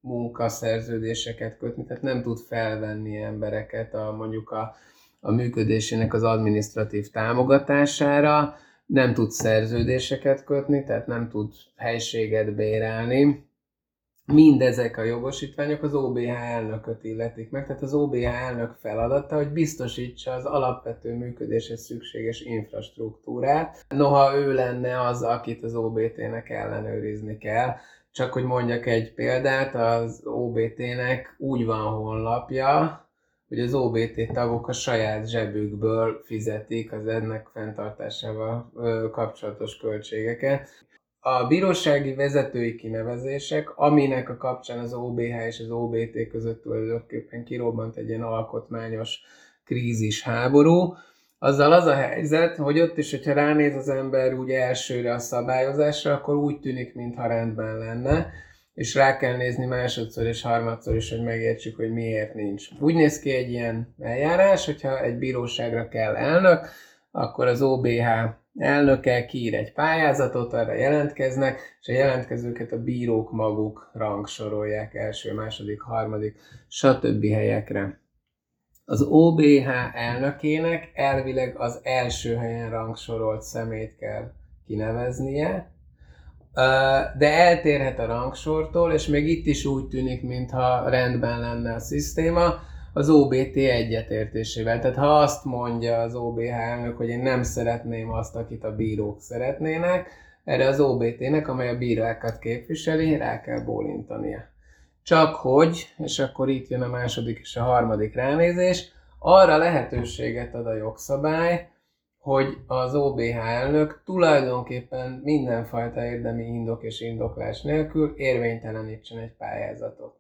munkaszerződéseket kötni, tehát nem tud felvenni embereket a, mondjuk a, a működésének az adminisztratív támogatására, nem tud szerződéseket kötni, tehát nem tud helységet bérelni. Mindezek a jogosítványok az o bé há elnököt illetik meg, tehát az o bé há elnök feladata, hogy biztosítsa az alapvető működéshez szükséges infrastruktúrát. Noha ő lenne az, akit az o bé té-nek ellenőrizni kell. Csak hogy mondjak egy példát, az o bé té-nek úgy van honlapja, hogy az o bé té tagok a saját zsebükből fizetik az ennek fenntartásával kapcsolatos költségeket. A bírósági vezetői kinevezések, aminek a kapcsán az o bé há és az o bé té között tulajdonképpen kirobbant egy ilyen alkotmányos krízis háború, azzal az a helyzet, hogy ott is, hogyha ránéz az ember úgy elsőre a szabályozásra, akkor úgy tűnik, mintha rendben lenne, és rá kell nézni másodszor és harmadszor is, hogy megértsük, hogy miért nincs. Úgy néz ki egy ilyen eljárás, hogyha egy bíróságra kell elnök, akkor az o bé há elnöke kiír egy pályázatot, arra jelentkeznek, és a jelentkezőket a bírók maguk rangsorolják első, második, harmadik, stb. Helyekre. Az o bé há elnökének elvileg az első helyen rangsorolt szemét kell kineveznie, de eltérhet a rangsortól, és még itt is úgy tűnik, mintha rendben lenne a szisztéma, az o bé té egyetértésével. Tehát ha azt mondja az o bé há elnök, hogy én nem szeretném azt, akit a bírók szeretnének, erre az o bé té-nek, amely a bírákat képviseli, rá kell bólintania. Csak hogy, és akkor itt jön a második és a harmadik ránézés, arra lehetőséget ad a jogszabály, hogy az o bé há elnök tulajdonképpen mindenfajta érdemi indok és indoklás nélkül érvénytelenítsen egy pályázatot.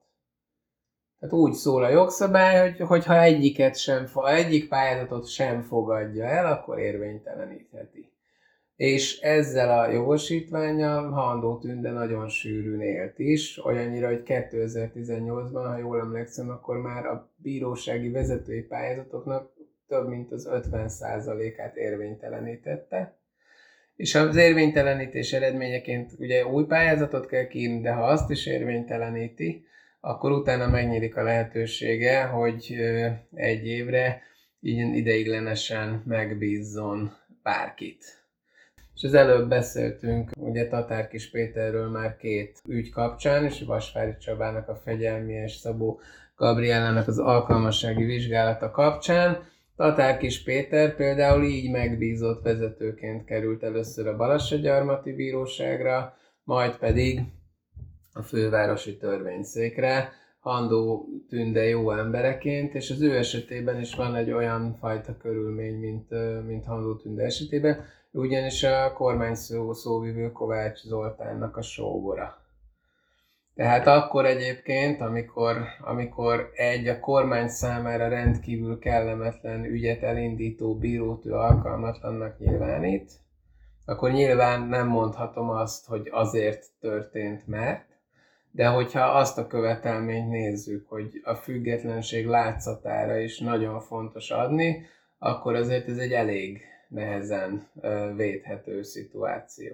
Tehát úgy szól a jogszabály, hogy, hogy ha egyiket sem, ha egyik pályázatot sem fogadja el, akkor érvénytelenítheti. És ezzel a jogosítvánnyal Handó Tünde nagyon sűrűn élt is, olyannyira, hogy kétezer-tizennyolcban, ha jól emlékszem, akkor már a bírósági vezetői pályázatoknak több mint az ötven százalékát érvénytelenítette. És az érvénytelenítés eredményeként ugye új pályázatot kell kiírni, de ha azt is érvényteleníti, akkor utána megnyílik a lehetősége, hogy egy évre így ideiglenesen megbízzon bárkit. És az előbb beszéltünk ugye Tatár Kis Péterről már két ügy kapcsán, és Vasvári Csabának a fegyelmi és Szabó Gabriellának az alkalmassági vizsgálata kapcsán. Tatár Kis Péter például így megbízott vezetőként került először a Balassagyarmati Bíróságra, majd pedig a fővárosi törvényszékre, Handó Tünde jó embereként, és az ő esetében is van egy olyan fajta körülmény, mint, mint Handó Tünde esetében, ugyanis a kormány szó, szóvivő Kovács Zoltánnak a sógora. Tehát akkor egyébként, amikor, amikor egy a kormány számára rendkívül kellemetlen ügyet elindító bírót ő alkalmatlannak nyilvánít, akkor nyilván nem mondhatom azt, hogy azért történt, mert, de hogyha azt a követelményt nézzük, hogy a függetlenség látszatára is nagyon fontos adni, akkor azért ez egy elég nehezen védhető szituáció.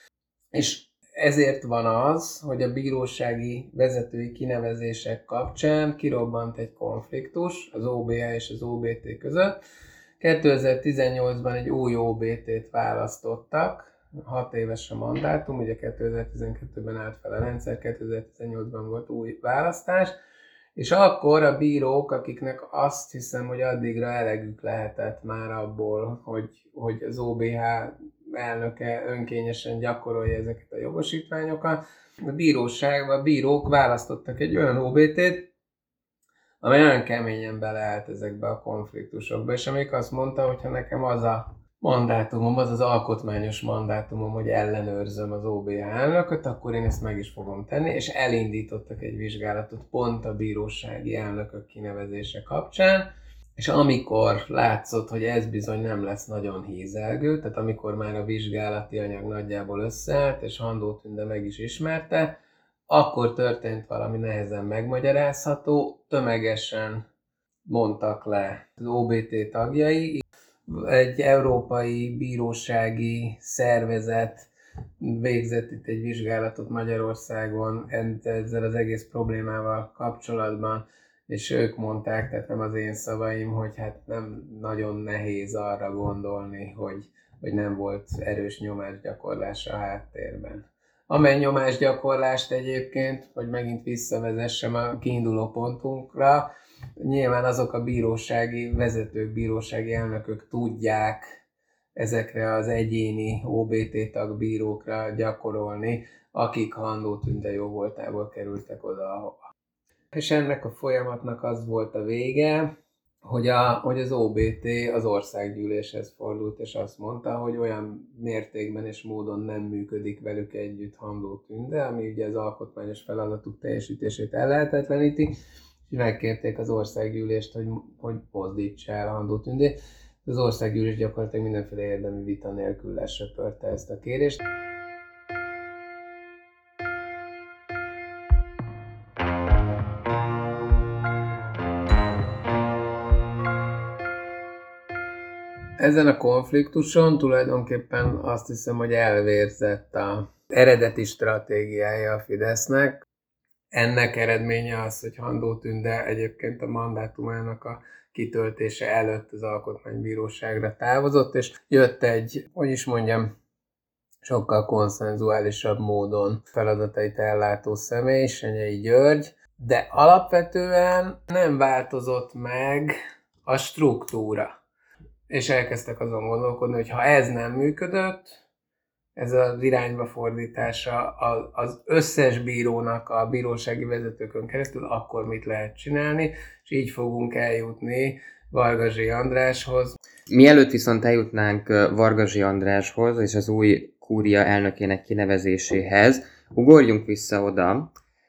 És ezért van az, hogy a bírósági vezetői kinevezések kapcsán kirobbant egy konfliktus az o bé há és az o bé té között. kétezer-tizennyolcban egy új o bé té-t választottak, hat éves a mandátum, ugye kétezer-tizenkettőben állt fel a rendszer, kétezer-tizennyolcban volt új választás, és akkor a bírók, akiknek azt hiszem, hogy addigra elegük lehetett már abból, hogy, hogy az o bé há elnöke önkényesen gyakorolja ezeket a jogosítványokat, a bíróság, a bírók választottak egy olyan o bé té-t, amely nagyon keményen beleállt ezekbe a konfliktusokba, és amelyik azt mondta, hogy ha nekem az a mandátumom, az az alkotmányos mandátumom, hogy ellenőrzöm az o bé há elnököt, akkor én ezt meg is fogom tenni, és elindítottak egy vizsgálatot pont a bírósági elnökök kinevezése kapcsán, és amikor látszott, hogy ez bizony nem lesz nagyon hízelgő, tehát amikor már a vizsgálati anyag nagyjából összeállt, és Handó Tünde meg is ismerte, akkor történt valami nehezen megmagyarázható, tömegesen mondtak le az o bé té tagjai. Egy európai bírósági szervezet végzett itt egy vizsgálatot Magyarországon ezzel az egész problémával kapcsolatban, és ők mondták, tehát nem az én szavaim, hogy hát nem nagyon nehéz arra gondolni, hogy, hogy nem volt erős nyomásgyakorlás a háttérben. Amely nyomásgyakorlást egyébként, hogy megint visszavezessem a kiinduló pontunkra, nyilván azok a bírósági vezetők, bírósági elnökök tudják ezekre az egyéni o bé té tagbírókra gyakorolni, akik Handó Tünde jó voltából kerültek oda, ahova. És ennek a folyamatnak az volt a vége, hogy, a, hogy az o bé té az országgyűléshez fordult, és azt mondta, hogy olyan mértékben és módon nem működik velük együtt Handó Tünde, ami ugye az alkotmányos feladatuk teljesítését ellehetetleníti, és megkérték az országgyűlést, hogy, hogy mozdítsa el Handó Tündét. Az országgyűlés gyakorlatilag mindenféle érdemi vita nélkül lesöpörte ezt a kérést. Ezen a konfliktuson tulajdonképpen azt hiszem, hogy elvérzett az eredeti stratégiája a Fidesznek. Ennek eredménye az, hogy Handó Tünde egyébként a mandátumának a kitöltése előtt az Alkotmánybíróságra távozott, és jött egy, hogy is mondjam, sokkal konszenzuálisabb módon feladatait ellátó személy, Senyei György, de alapvetően nem változott meg a struktúra. És elkezdtek azon gondolkodni, hogy ha ez nem működött, ez az irányba fordítása az összes bírónak a bírósági vezetőkön keresztül, akkor mit lehet csinálni, és így fogunk eljutni Varga Zsé Andráshoz. Mielőtt viszont eljutnánk Varga Zsé Andráshoz és az új kúria elnökének kinevezéséhez, ugorjunk vissza oda,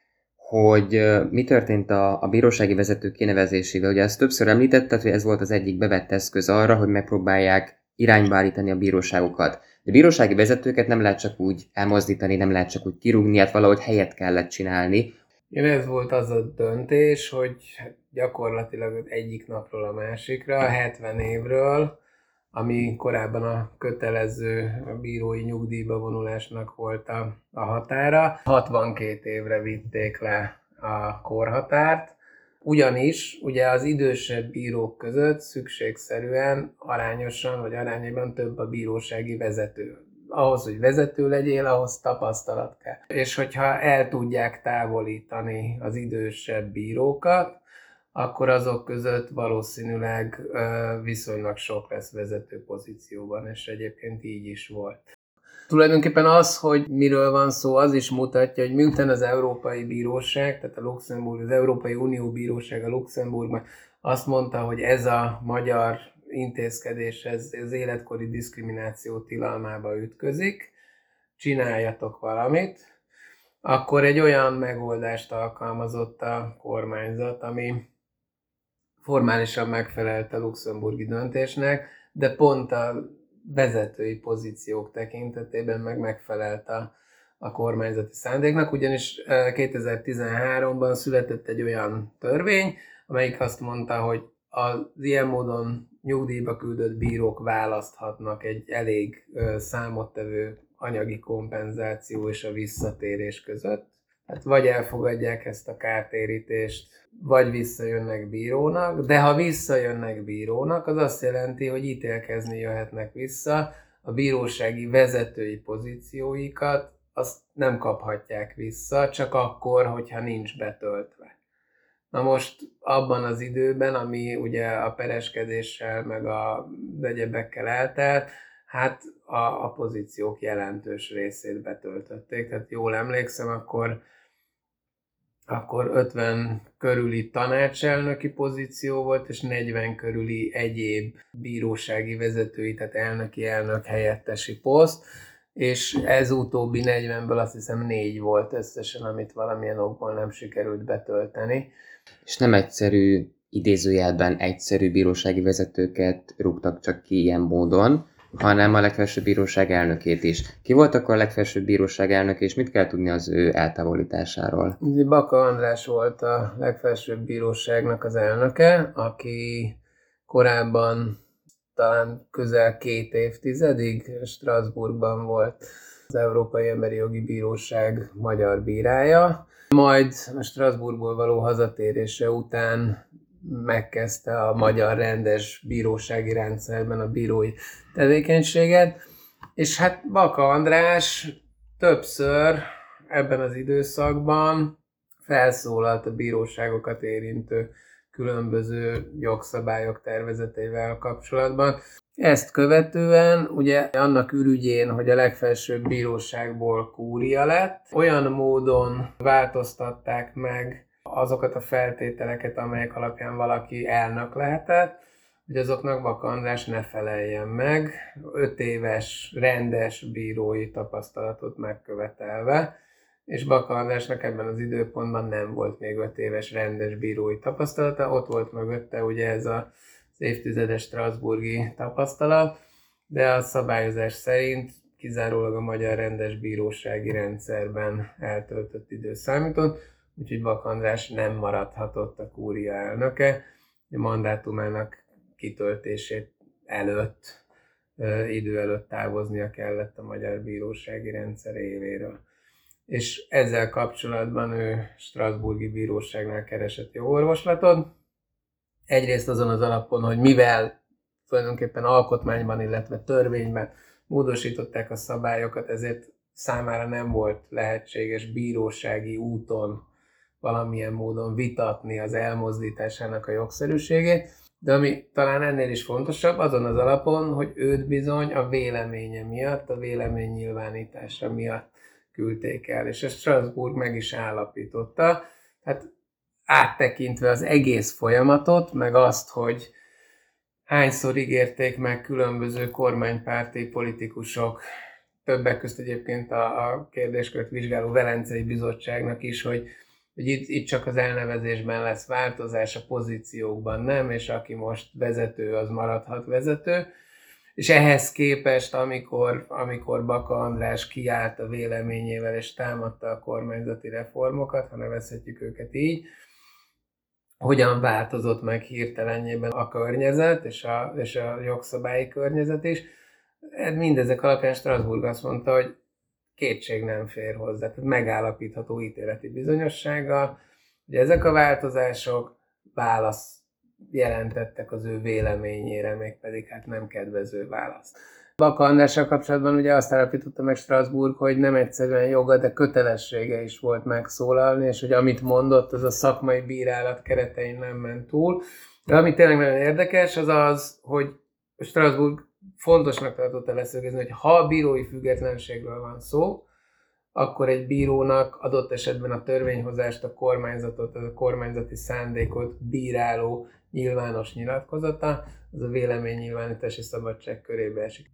hogy mi történt a, a bírósági vezetők kinevezésével. Ugye ezt többször említetted, hogy ez volt az egyik bevett eszköz arra, hogy megpróbálják irányba állítani a bíróságokat. De bírósági vezetőket nem lehet csak úgy elmozdítani, nem lehet csak úgy kirúgni, hát valahogy helyet kellett csinálni. Igen, ez volt az a döntés, hogy gyakorlatilag egyik napról a másikra, a hetven évről, ami korábban a kötelező bírói nyugdíjba vonulásnak volt a, a határa, hatvankét évre vitték le a korhatárt, ugyanis ugye az idősebb bírók között szükségszerűen arányosan vagy arányban több a bírósági vezető. Ahhoz, hogy vezető legyél, ahhoz tapasztalat kell. És hogyha el tudják távolítani az idősebb bírókat, akkor azok között valószínűleg viszonylag sok lesz vezető pozícióban, és egyébként így is volt. Tulajdonképpen az, hogy miről van szó, az is mutatja, hogy miután az Európai Bíróság, tehát a Luxemburg, az Európai Unió Bíróság a Luxemburgban azt mondta, hogy ez a magyar intézkedés, ez az életkori diszkrimináció tilalmába ütközik, csináljatok valamit, akkor egy olyan megoldást alkalmazott a kormányzat, ami formálisan megfelelt a luxemburgi döntésnek, de pont a vezetői pozíciók tekintetében meg megfelelt a, a kormányzati szándéknak, ugyanis kétezer-tizenháromban született egy olyan törvény, amelyik azt mondta, hogy az ilyen módon nyugdíjba küldött bírók választhatnak egy elég számottevő anyagi kompenzáció és a visszatérés között. Hát vagy elfogadják ezt a kártérítést, vagy visszajönnek bírónak, de ha visszajönnek bírónak, az azt jelenti, hogy ítélkezni jöhetnek vissza, a bírósági vezetői pozícióikat azt nem kaphatják vissza, csak akkor, hogyha nincs betöltve. Na most abban az időben, ami ugye a pereskedéssel meg a egyebekkel eltelt, hát a, a pozíciók jelentős részét betöltötték. Tehát jól emlékszem, akkor, akkor ötven körüli tanácselnöki pozíció volt, és negyven körüli egyéb bírósági vezetői, tehát elnöki elnök helyettesi poszt, és ez utóbbi negyvenből azt hiszem négy volt összesen, amit valamilyen okból nem sikerült betölteni. És nem egyszerű, idézőjelben egyszerű bírósági vezetőket rúgtak csak ki ilyen módon, hanem a legfelsőbb bíróság elnökét is. Ki volt akkor a legfelsőbb bíróság elnöke, és mit kell tudni az ő eltávolításáról? Baka András volt a legfelsőbb bíróságnak az elnöke, aki korábban talán közel két évtizedig Strasbourgban volt az Európai Emberi Jogi Bíróság magyar bírája. Majd a Strasbourgból való hazatérése után megkezdte a magyar rendes bírósági rendszerben a bírói tevékenységet, és hát Baka András többször ebben az időszakban felszólalt a bíróságokat érintő különböző jogszabályok tervezetével kapcsolatban. Ezt követően ugye annak ürügyén, hogy a legfelsőbb bíróságból kúria lett, olyan módon változtatták meg azokat a feltételeket, amelyek alapján valaki elnök lehetett, hogy azoknak Baka András ne feleljen meg, öt éves rendes bírói tapasztalatot megkövetelve, és Baka Andrásnak ebben az időpontban nem volt még öt éves rendes bírói tapasztalata, ott volt mögötte ugye ez az évtizedes strasbourgi tapasztalat, de a szabályozás szerint kizárólag a magyar rendes bírósági rendszerben eltöltött idő számított, úgyhogy Baka András nem maradhatott a kúria elnöke, a mandátumának kitöltését előtt, idő előtt távoznia kellett a magyar bírósági rendszer éléről. És ezzel kapcsolatban ő strasbourgi bíróságnál keresett jogorvoslatot. Egyrészt azon az alapon, hogy mivel tulajdonképpen alkotmányban, illetve törvényben módosították a szabályokat, ezért számára nem volt lehetséges bírósági úton valamilyen módon vitatni az elmozdításának a jogszerűségét, de ami talán ennél is fontosabb, azon az alapon, hogy őt bizony a véleménye miatt, a vélemény nyilvánítása miatt küldték el, és ezt Strasbourg meg is állapította. Hát áttekintve az egész folyamatot, meg azt, hogy hányszor ígérték meg különböző kormánypárti politikusok, többek közt egyébként a, a kérdéskört vizsgáló Velencei Bizottságnak is, hogy, hogy itt, itt csak az elnevezésben lesz változás, a pozíciókban nem, és aki most vezető, az maradhat vezető. És ehhez képest, amikor, amikor Baka András kiállt a véleményével és támadta a kormányzati reformokat, ha nevezhetjük őket így, hogyan változott meg hirtelenjében a környezet és a, és a jogszabályi környezet is. Mindezek alapján Strasbourg azt mondta, hogy kétség nem fér hozzá, tehát megállapítható ítéleti bizonyossággal, hogy ezek a változások válasz jelentettek az ő véleményére, mégpedig hát nem kedvező választ. Baka Andrással kapcsolatban ugye azt állapította meg Strasbourg, hogy nem egyszerűen joga, de kötelessége is volt megszólalni, és hogy amit mondott, az a szakmai bírálat keretein nem ment túl. De ami tényleg nagyon érdekes, az az, hogy Strasbourg fontosnak tartotta leszögezni, hogy ha a bírói függetlenségről van szó, akkor egy bírónak adott esetben a törvényhozást, a kormányzatot, a kormányzati szándékot bíráló nyilvános nyilatkozata, az a véleménynyilvánítási szabadság körébe esik.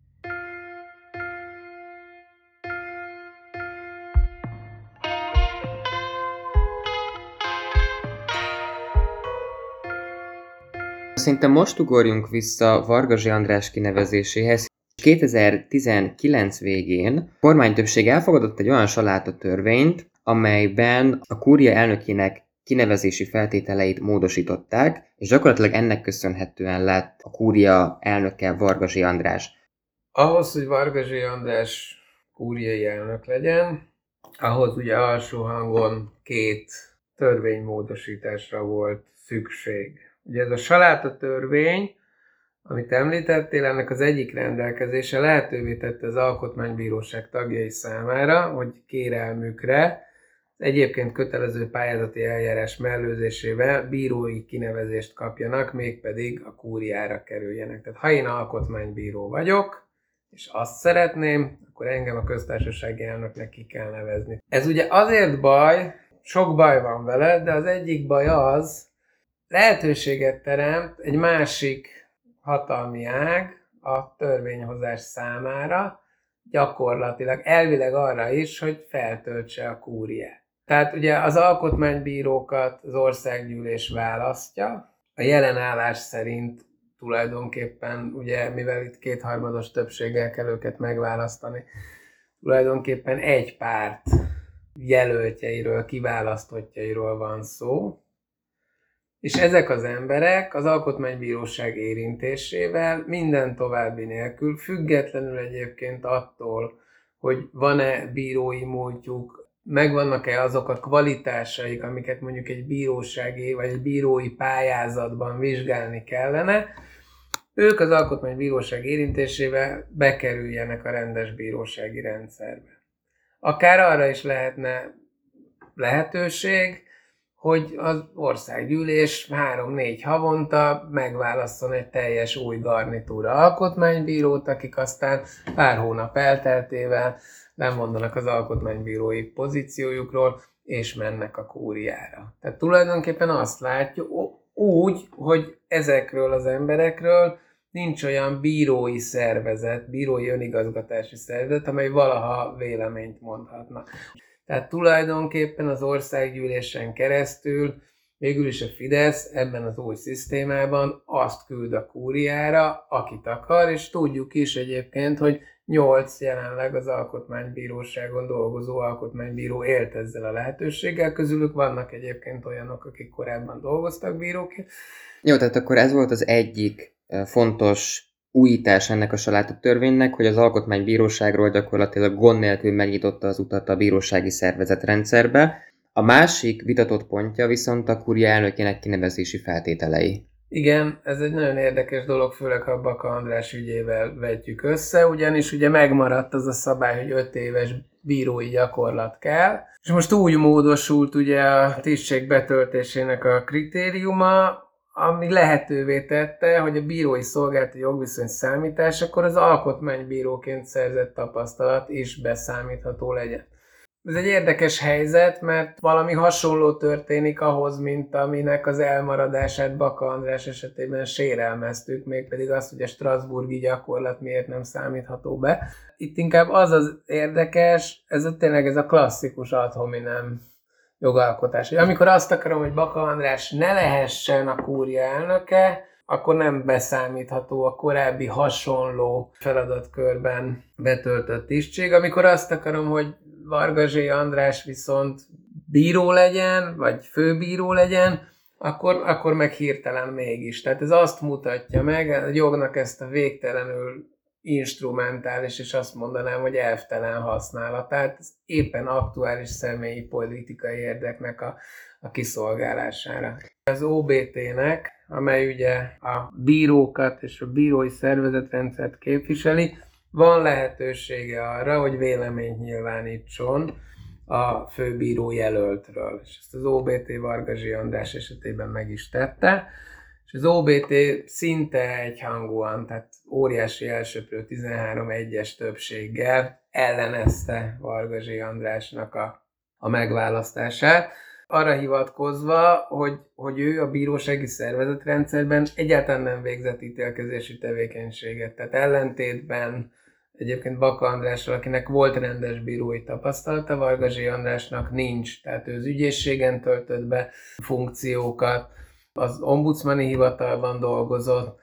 Szerintem most ugorjunk vissza Vargasy András kinevezéséhez. kétezer-tizenkilenc végén a kormánytöbbség elfogadott egy olyan salátatörvényt, amelyben a kúria elnökének kinevezési feltételeit módosították, és gyakorlatilag ennek köszönhetően lett a kúria elnöke Vargasy András. Ahhoz, hogy Vargasy András kúriai elnök legyen, ahhoz ugye alsó hangon két törvénymódosításra volt szükség. Ugye ez a salátatörvény, amit említettél, ennek az egyik rendelkezése lehetővé tette az Alkotmánybíróság tagjai számára, hogy kérelmükre egyébként kötelező pályázati eljárás mellőzésével bírói kinevezést kapjanak, mégpedig a kúriára kerüljenek. Tehát ha én alkotmánybíró vagyok, és azt szeretném, akkor engem a köztársasági elnöknek ki kell nevezni. Ez ugye azért baj, sok baj van vele, de az egyik baj az, lehetőséget teremt egy másik hatalmi ág a törvényhozás számára, gyakorlatilag elvileg arra is, hogy feltöltse a kúriát. Tehát ugye az alkotmánybírókat az országgyűlés választja, a jelen állás szerint tulajdonképpen, ugye mivel itt kétharmados többséggel kell őket megválasztani, tulajdonképpen egy párt jelöltjeiről, kiválasztottjairól van szó, és ezek az emberek az Alkotmánybíróság érintésével minden további nélkül, függetlenül egyébként attól, hogy van-e bírói múltjuk, megvannak-e azok a kvalitásaik, amiket mondjuk egy bírósági vagy egy bírói pályázatban vizsgálni kellene, ők az Alkotmánybíróság érintésével bekerüljenek a rendes bírósági rendszerbe. Akár arra is lehetne lehetőség, hogy az országgyűlés három-négy havonta megválasszon egy teljes új garnitúra alkotmánybírót, akik aztán pár hónap elteltével lemondanak az alkotmánybírói pozíciójukról, és mennek a kúriára. Tehát tulajdonképpen azt látjuk úgy, hogy ezekről az emberekről nincs olyan bírói szervezet, bírói önigazgatási szervezet, amely valaha véleményt mondhatna. Tehát tulajdonképpen az országgyűlésen keresztül végül is a Fidesz ebben az új szisztémában azt küld a kúriára, akit akar, és tudjuk is egyébként, hogy nyolc jelenleg az Alkotmánybíróságon dolgozó alkotmánybíró élt ezzel a lehetőséggel, közülük vannak egyébként olyanok, akik korábban dolgoztak bíróként. Jó, tehát akkor ez volt az egyik fontos újítás ennek a salátatörvénynek, hogy az alkotmánybíróságról gyakorlatilag gond nélkül megnyitotta az utat a bírósági szervezetrendszerbe. A másik vitatott pontja viszont a kúria elnökének kinevezési feltételei. Igen, ez egy nagyon érdekes dolog, főleg ha Baka András ügyével vetjük össze, ugyanis ugye megmaradt az a szabály, hogy öt éves bírói gyakorlat kell, és most úgy módosult ugye a tisztség betöltésének a kritériuma, ami lehetővé tette, hogy a bírói szolgálati jogviszony számításakor az alkotmánybíróként szerzett tapasztalat is beszámítható legyen. Ez egy érdekes helyzet, mert valami hasonló történik ahhoz, mint aminek az elmaradását Baka András esetében sérelmeztük, mégpedig azt, hogy a strasbourgi gyakorlat miért nem számítható be. Itt inkább az az érdekes, ez a, tényleg ez a klasszikus ad hominem jogalkotás. Amikor azt akarom, hogy Baka András ne lehessen a kúria elnöke, akkor nem beszámítható a korábbi hasonló feladatkörben betöltött tisztség. Amikor azt akarom, hogy Varga Zsé András viszont bíró legyen, vagy főbíró legyen, akkor, akkor meg hirtelen mégis. Tehát ez azt mutatja meg, a jognak ezt a végtelenül instrumentális, és azt mondanám, hogy elvtelen használatát, ez éppen aktuális személyi politikai érdeknek a, a kiszolgálására. Az o bé té-nek, amely ugye a bírókat és a bírói szervezetrendszert képviseli, van lehetősége arra, hogy véleményt nyilvánítson a főbíró jelöltről. És ezt az o bé té Varga Zsé András esetében meg is tette. És az o bé té szinte egyhangúan, tehát óriási elsöprő tizenhárom egyes többséggel ellenezte Varga Zsé Andrásnak a, a megválasztását, arra hivatkozva, hogy, hogy ő a bírósági szervezetrendszerben egyáltalán nem végzett ítélkezési tevékenységet. Tehát ellentétben egyébként Baka Andrással, akinek volt rendes bírói tapasztalata, Varga Zsé Andrásnak nincs. Tehát ő az ügyészségen töltött be funkciókat, az ombudsmani hivatalban dolgozott,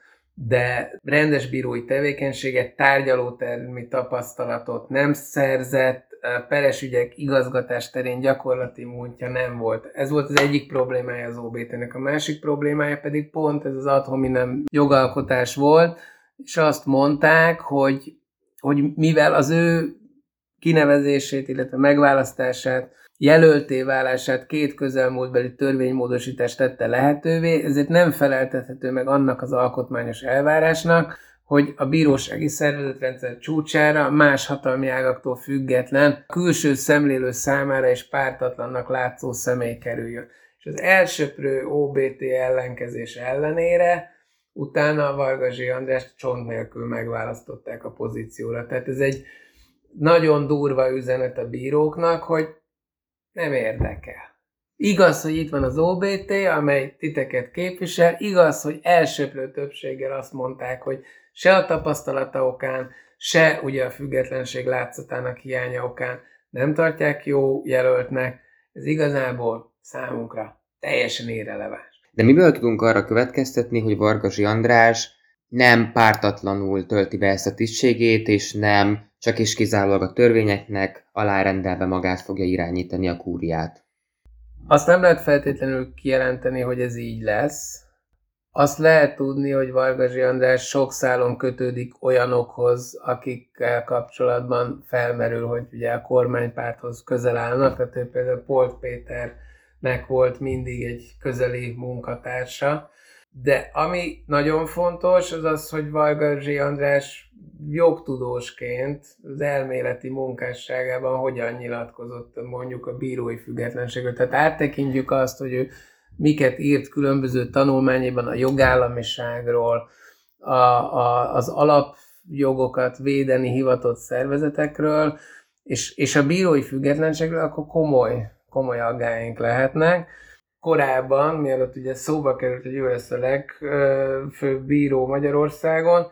de rendes bírói tevékenységet, tárgyalótermi tapasztalatot nem szerzett, peres ügyek igazgatás terén gyakorlati múltja nem volt. Ez volt az egyik problémája az o bé té-nek. A másik problémája pedig pont ez az ad hominem jogalkotás volt, és azt mondták, hogy, hogy mivel az ő kinevezését, illetve megválasztását, jelölté válását két közelmúltbeli törvénymódosítást tette lehetővé, ezért nem feleltethető meg annak az alkotmányos elvárásnak, hogy a bírósági szervezetrendszer csúcsára más hatalmi ágaktól független, külső szemlélő számára és pártatlannak látszó személy kerüljön. És az elsöprő o bé té ellenkezés ellenére utána Varga Zsé Andrást csont nélkül megválasztották a pozícióra. Tehát ez egy nagyon durva üzenet a bíróknak, hogy nem érdekel. Igaz, hogy itt van az o bé té, amely titeket képvisel, igaz, hogy elsöprő többséggel azt mondták, hogy se a tapasztalata okán, se ugye a függetlenség látszatának hiánya okán nem tartják jó jelöltnek. Ez igazából számunkra teljesen irreleváns. De miből tudunk arra következtetni, hogy Varga Zsé András nem pártatlanul tölti be ezt a tisztségét, és nem csak is kizárólag a törvényeknek alárendelve magát fogja irányítani a kúriát? Azt nem lehet feltétlenül kijelenteni, hogy ez így lesz. Azt lehet tudni, hogy Varga Zsé András sok szálon kötődik olyanokhoz, akikkel kapcsolatban felmerül, hogy ugye a kormánypárthoz közel állnak, tehát ő például Polt Péternek volt mindig egy közeli munkatársa. De ami nagyon fontos, az az, hogy Varga Zsé András jogtudósként az elméleti munkásságában hogyan nyilatkozott mondjuk a bírói függetlenségről. Tehát áttekintjük azt, hogy ő miket írt különböző tanulmányaiban a jogállamiságról, a, a, az alapjogokat védeni hivatott szervezetekről, és, és a bírói függetlenségről, akkor komoly, komoly aggályink lehetnek. Korábban, mielőtt ugye szóba került, hogy ő lesz a legfőbb bíró Magyarországon,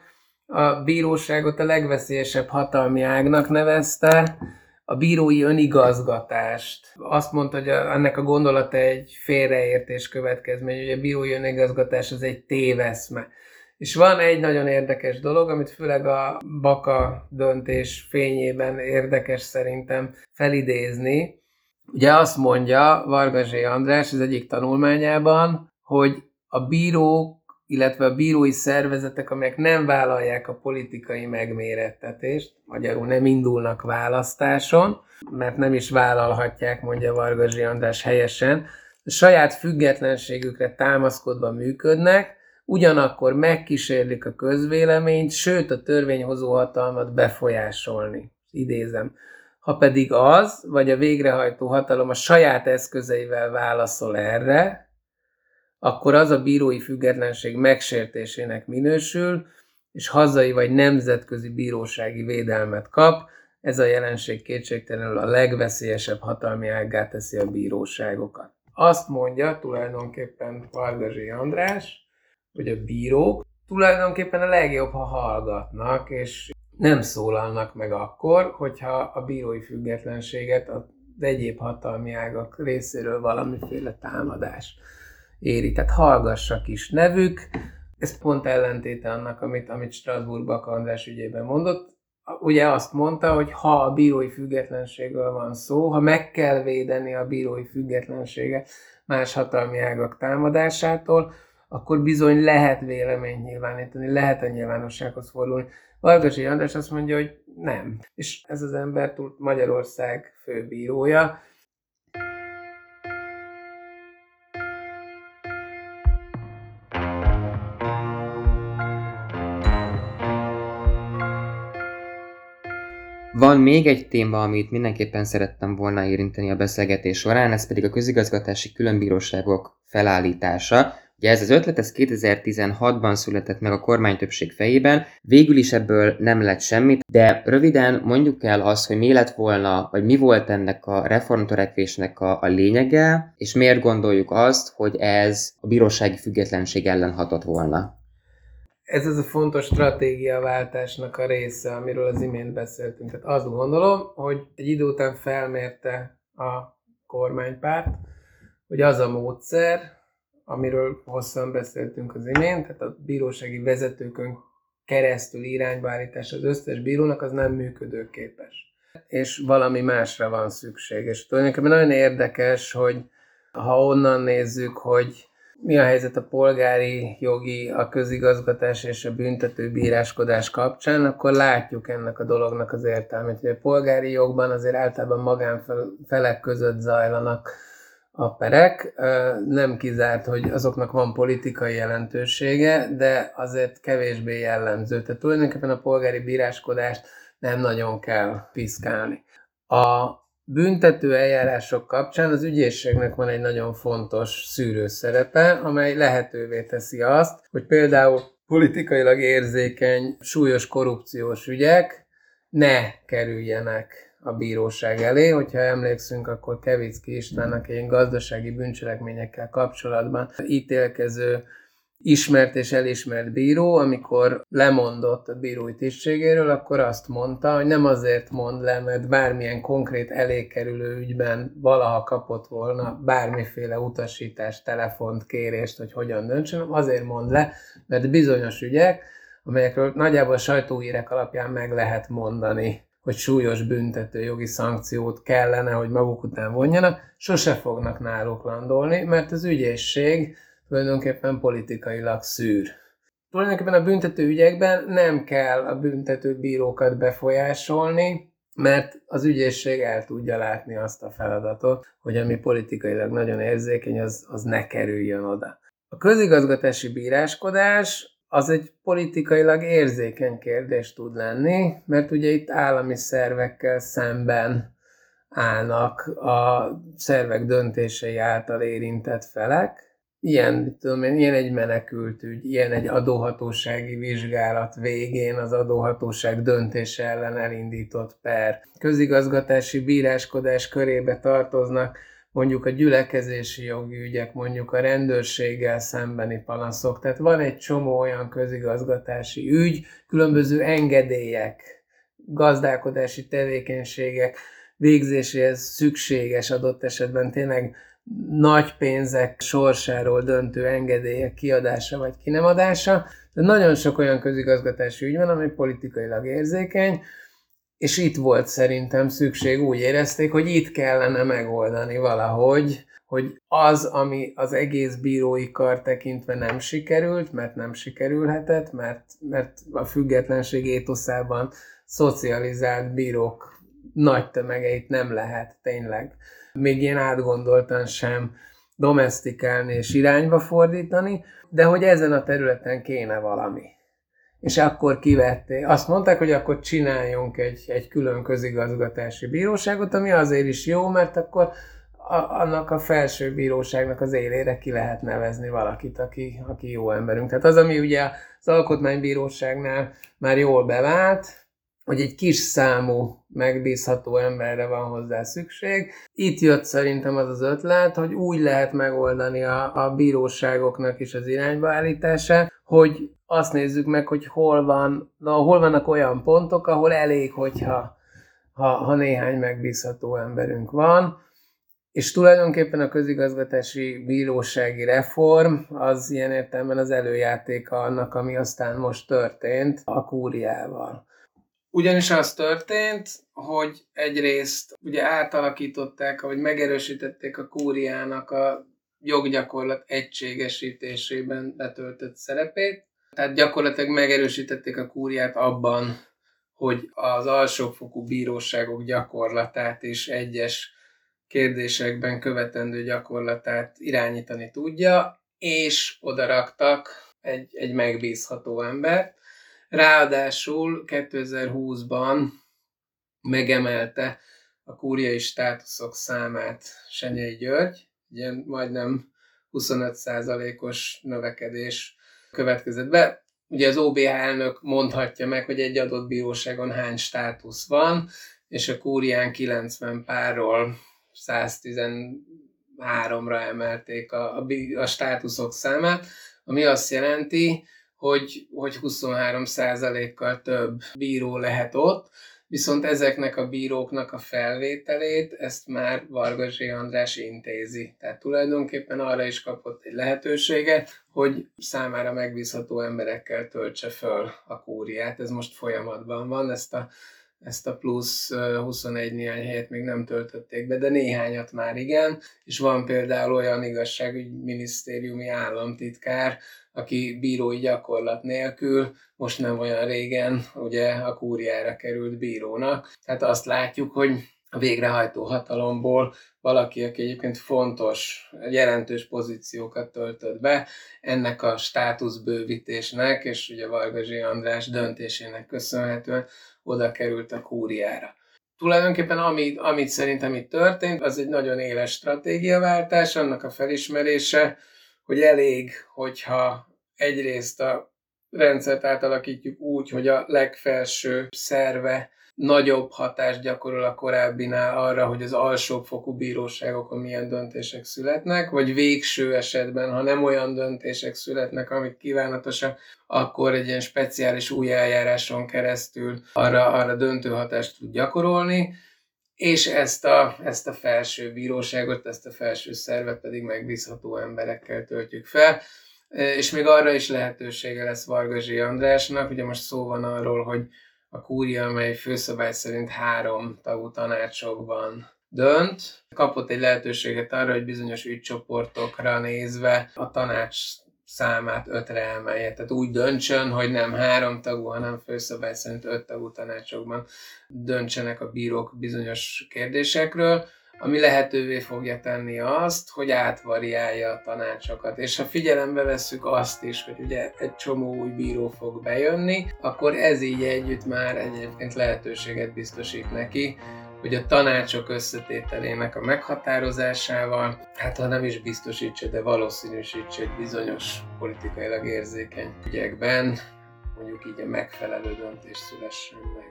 a bíróságot a legveszélyesebb hatalmi ágnak nevezte, a bírói önigazgatást. Azt mondta, hogy a, ennek a gondolata egy félreértés következmény, hogy a bírói önigazgatás az egy téveszme. És van egy nagyon érdekes dolog, amit főleg a Baka döntés fényében érdekes szerintem felidézni. Ugye azt mondja Varga Zsé András az egyik tanulmányában, hogy a bírók illetve a bírói szervezetek, amelyek nem vállalják a politikai megmérettetést, magyarul nem indulnak választáson, mert nem is vállalhatják, mondja Vargasdi András helyesen, a saját függetlenségükre támaszkodva működnek, ugyanakkor megkísérlik a közvéleményt, sőt a törvényhozó hatalmat befolyásolni. Idézem. Ha pedig az, vagy a végrehajtó hatalom a saját eszközeivel válaszol erre, akkor az a bírói függetlenség megsértésének minősül, és hazai vagy nemzetközi bírósági védelmet kap. Ez a jelenség kétségtelenül a legveszélyesebb hatalmi ággá teszi a bíróságokat. Azt mondja tulajdonképpen Vargasdi András, hogy a bírók tulajdonképpen a legjobb, ha hallgatnak, és nem szólalnak meg akkor, hogyha a bírói függetlenséget az egyéb hatalmi ágak részéről valamiféle támadás éri. Tehát hallgassak is nevük. Ez pont ellentéte annak, amit, amit Strasbourg-Bak András ügyében mondott. Ugye azt mondta, hogy ha a bírói függetlenségről van szó, ha meg kell védeni a bírói függetlenséget más hatalmi ágak támadásától, akkor bizony lehet véleményt nyilvánítani, lehet a nyilvánossághoz fordulni. Vargasdi András azt mondja, hogy nem. És ez az ember túl Magyarország főbírója. Van még egy téma, amit mindenképpen szerettem volna érinteni a beszélgetés során, ez pedig a közigazgatási különbíróságok felállítása. Ugye ez az ötlet, ez kétezer-tizenhatban született meg a kormánytöbbség fejében, végül is ebből nem lett semmit, de röviden mondjuk el azt, hogy mi lett volna, vagy mi volt ennek a reformtörekvésnek a, a lényege, és miért gondoljuk azt, hogy ez a bírósági függetlenség ellen hatott volna. Ez az a fontos stratégiaváltásnak a része, amiről az imént beszéltünk. Tehát azt gondolom, hogy egy idő után felmérte a kormánypárt, hogy az a módszer, amiről hosszan beszéltünk az imént, tehát a bírósági vezetőkön keresztül iránybeállítás az összes bírónak, az nem működőképes. És valami másra van szükség. És tulajdonképpen nagyon érdekes, hogy ha onnan nézzük, hogy mi a helyzet a polgári jogi, a közigazgatás és a büntető bíráskodás kapcsán, akkor látjuk ennek a dolognak az értelmét. Hogy a polgári jogban azért általában magánfelek között zajlanak a perek. Nem kizárt, hogy azoknak van politikai jelentősége, de azért kevésbé jellemző. Tehát tulajdonképpen a polgári bíráskodást nem nagyon kell piszkálni. A büntető eljárások kapcsán az ügyészségnek van egy nagyon fontos szűrőszerepe, amely lehetővé teszi azt, hogy például politikailag érzékeny, súlyos korrupciós ügyek ne kerüljenek a bíróság elé. Hogyha emlékszünk, akkor Kevicki Istvánnak egy gazdasági bűncselekményekkel kapcsolatban ítélkező ismert és elismert bíró, amikor lemondott a bírói tisztségéről, akkor azt mondta, hogy nem azért mond le, mert bármilyen konkrét elékerülő ügyben valaha kapott volna bármiféle utasítást, telefont, kérést, hogy hogyan döntsön, azért mond le, mert bizonyos ügyek, amelyekről nagyjából a sajtóhírek alapján meg lehet mondani, hogy súlyos büntető jogi szankciót kellene, hogy maguk után vonjanak, sose fognak náluk landolni, mert az ügyészség tulajdonképpen politikailag szűr. Tulajdonképpen a büntető ügyekben nem kell a büntető bírókat befolyásolni, mert az ügyészség el tudja látni azt a feladatot, hogy ami politikailag nagyon érzékeny, az, az ne kerüljön oda. A közigazgatási bíráskodás az egy politikailag érzékeny kérdés tud lenni, mert ugye itt állami szervekkel szemben állnak a szervek döntései által érintett felek. Ilyen, tudom én, ilyen egy menekültügy, ilyen egy adóhatósági vizsgálat végén az adóhatóság döntése ellen elindított per. Közigazgatási bíráskodás körébe tartoznak mondjuk a gyülekezési jogi ügyek, mondjuk a rendőrséggel szembeni panaszok. Tehát van egy csomó olyan közigazgatási ügy, különböző engedélyek, gazdálkodási tevékenységek végzéséhez szükséges adott esetben tényleg nagy pénzek sorsáról döntő engedélyek kiadása vagy ki nem adása, de nagyon sok olyan közigazgatási ügy van, ami politikailag érzékeny, és itt volt szerintem szükség, úgy érezték, hogy itt kellene megoldani valahogy, hogy az, ami az egész bírói kar tekintve nem sikerült, mert nem sikerülhetett, mert, mert a függetlenség étoszában szocializált bírók nagy tömegeit nem lehet tényleg még ilyen átgondoltan sem domesztikálni és irányba fordítani, de hogy ezen a területen kéne valami. És akkor kivették. Azt mondták, hogy akkor csináljunk egy, egy külön közigazgatási bíróságot, ami azért is jó, mert akkor a, annak a felső bíróságnak az élére ki lehet nevezni valakit, aki, aki jó emberünk. Tehát az, ami ugye az alkotmánybíróságnál már jól bevált, hogy egy kis számú, megbízható emberre van hozzá szükség. Itt jött szerintem az az ötlet, hogy úgy lehet megoldani a, a bíróságoknak is az irányba állítását, hogy azt nézzük meg, hogy hol, van, na, hol vannak olyan pontok, ahol elég, hogyha ha, ha néhány megbízható emberünk van. És tulajdonképpen a közigazgatási bírósági reform az ilyen értelemben az előjátéka annak, ami aztán most történt a kúriával. Ugyanis az történt, hogy egyrészt ugye átalakították, vagy megerősítették a kúriának a joggyakorlat egységesítésében betöltött szerepét. Tehát gyakorlatilag megerősítették a kúriát abban, hogy az alsófokú bíróságok gyakorlatát és egyes kérdésekben követendő gyakorlatát irányítani tudja, és odaraktak egy, egy megbízható embert. Ráadásul kétezer-húszban megemelte a kúriai státuszok számát Senyei György, ilyen majdnem huszonöt százalékos növekedés következett be. Ugye az o bé há elnök mondhatja meg, hogy egy adott bíróságon hány státusz van, és a kúrián kilencven párról száztizenháromra emelték a, a, a státuszok számát, ami azt jelenti, hogy, hogy huszonhárom százalékkal több bíró lehet ott, viszont ezeknek a bíróknak a felvételét ezt már Varga Zsé András intézi. Tehát tulajdonképpen arra is kapott egy lehetőséget, hogy számára megbízható emberekkel töltse föl a kúriát. Ez most folyamatban van, ezt a, ezt a plusz huszonegy néhány helyet még nem töltötték be, de néhányat már igen, és van például olyan igazságügyminisztériumi államtitkár, aki bírói gyakorlat nélkül most nem olyan régen ugye a kúriára került bírónak. Tehát azt látjuk, hogy a végrehajtó hatalomból valaki, aki egyébként fontos, jelentős pozíciókat töltött be, ennek a státuszbővítésnek, és ugye Varga Zsé András döntésének köszönhetően oda került a kúriára. Tulajdonképpen amit, amit szerintem itt történt, az egy nagyon éles stratégiaváltás, annak a felismerése, hogy elég, hogyha egyrészt a rendszert átalakítjuk úgy, hogy a legfelső szerve nagyobb hatást gyakorol a korábbinál arra, hogy az alsófokú bíróságokon milyen döntések születnek, vagy végső esetben, ha nem olyan döntések születnek, amik kívánatosak, akkor egy ilyen speciális új eljáráson keresztül arra, arra döntő hatást tud gyakorolni, és ezt a, ezt a felső bíróságot, ezt a felső szervet pedig megbízható emberekkel töltjük fel. És még arra is lehetősége lesz Varga Zsé Andrásnak, ugye most szó van arról, hogy a kúria, amely főszabály szerint három tagú tanácsokban dönt, kapott egy lehetőséget arra, hogy bizonyos ügycsoportokra nézve a tanács számát ötre emelje. Tehát úgy döntsön, hogy nem három tagú, hanem főszabály szerint öt tagú tanácsokban döntsenek a bírók bizonyos kérdésekről, ami lehetővé fogja tenni azt, hogy átvariálja a tanácsokat. És ha figyelembe vesszük azt is, hogy ugye egy csomó új bíró fog bejönni, akkor ez így együtt már egyébként lehetőséget biztosít neki, hogy a tanácsok összetételének a meghatározásával, hát ha nem is biztosítsa, de valószínűsítse egy bizonyos politikailag érzékeny ügyekben, mondjuk így a megfelelő döntés szülessen meg.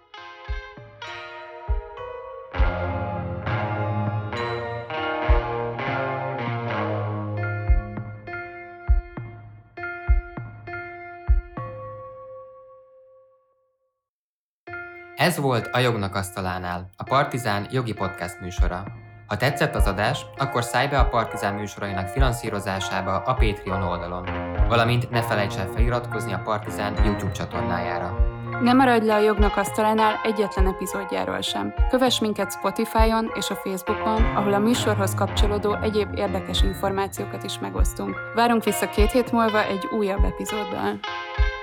Ez volt a Jognak asztalánál, a Partizán jogi podcast műsora. Ha tetszett az adás, akkor szállj be a Partizán műsorainak finanszírozásába a Patreon oldalon, valamint ne felejts el feliratkozni a Partizán YouTube csatornájára. Ne maradj le a Jognak asztalánál egyetlen epizódjáról sem. Kövess minket Spotify-on és a Facebookon, ahol a műsorhoz kapcsolódó egyéb érdekes információkat is megosztunk. Várunk vissza két hét múlva egy újabb epizóddal.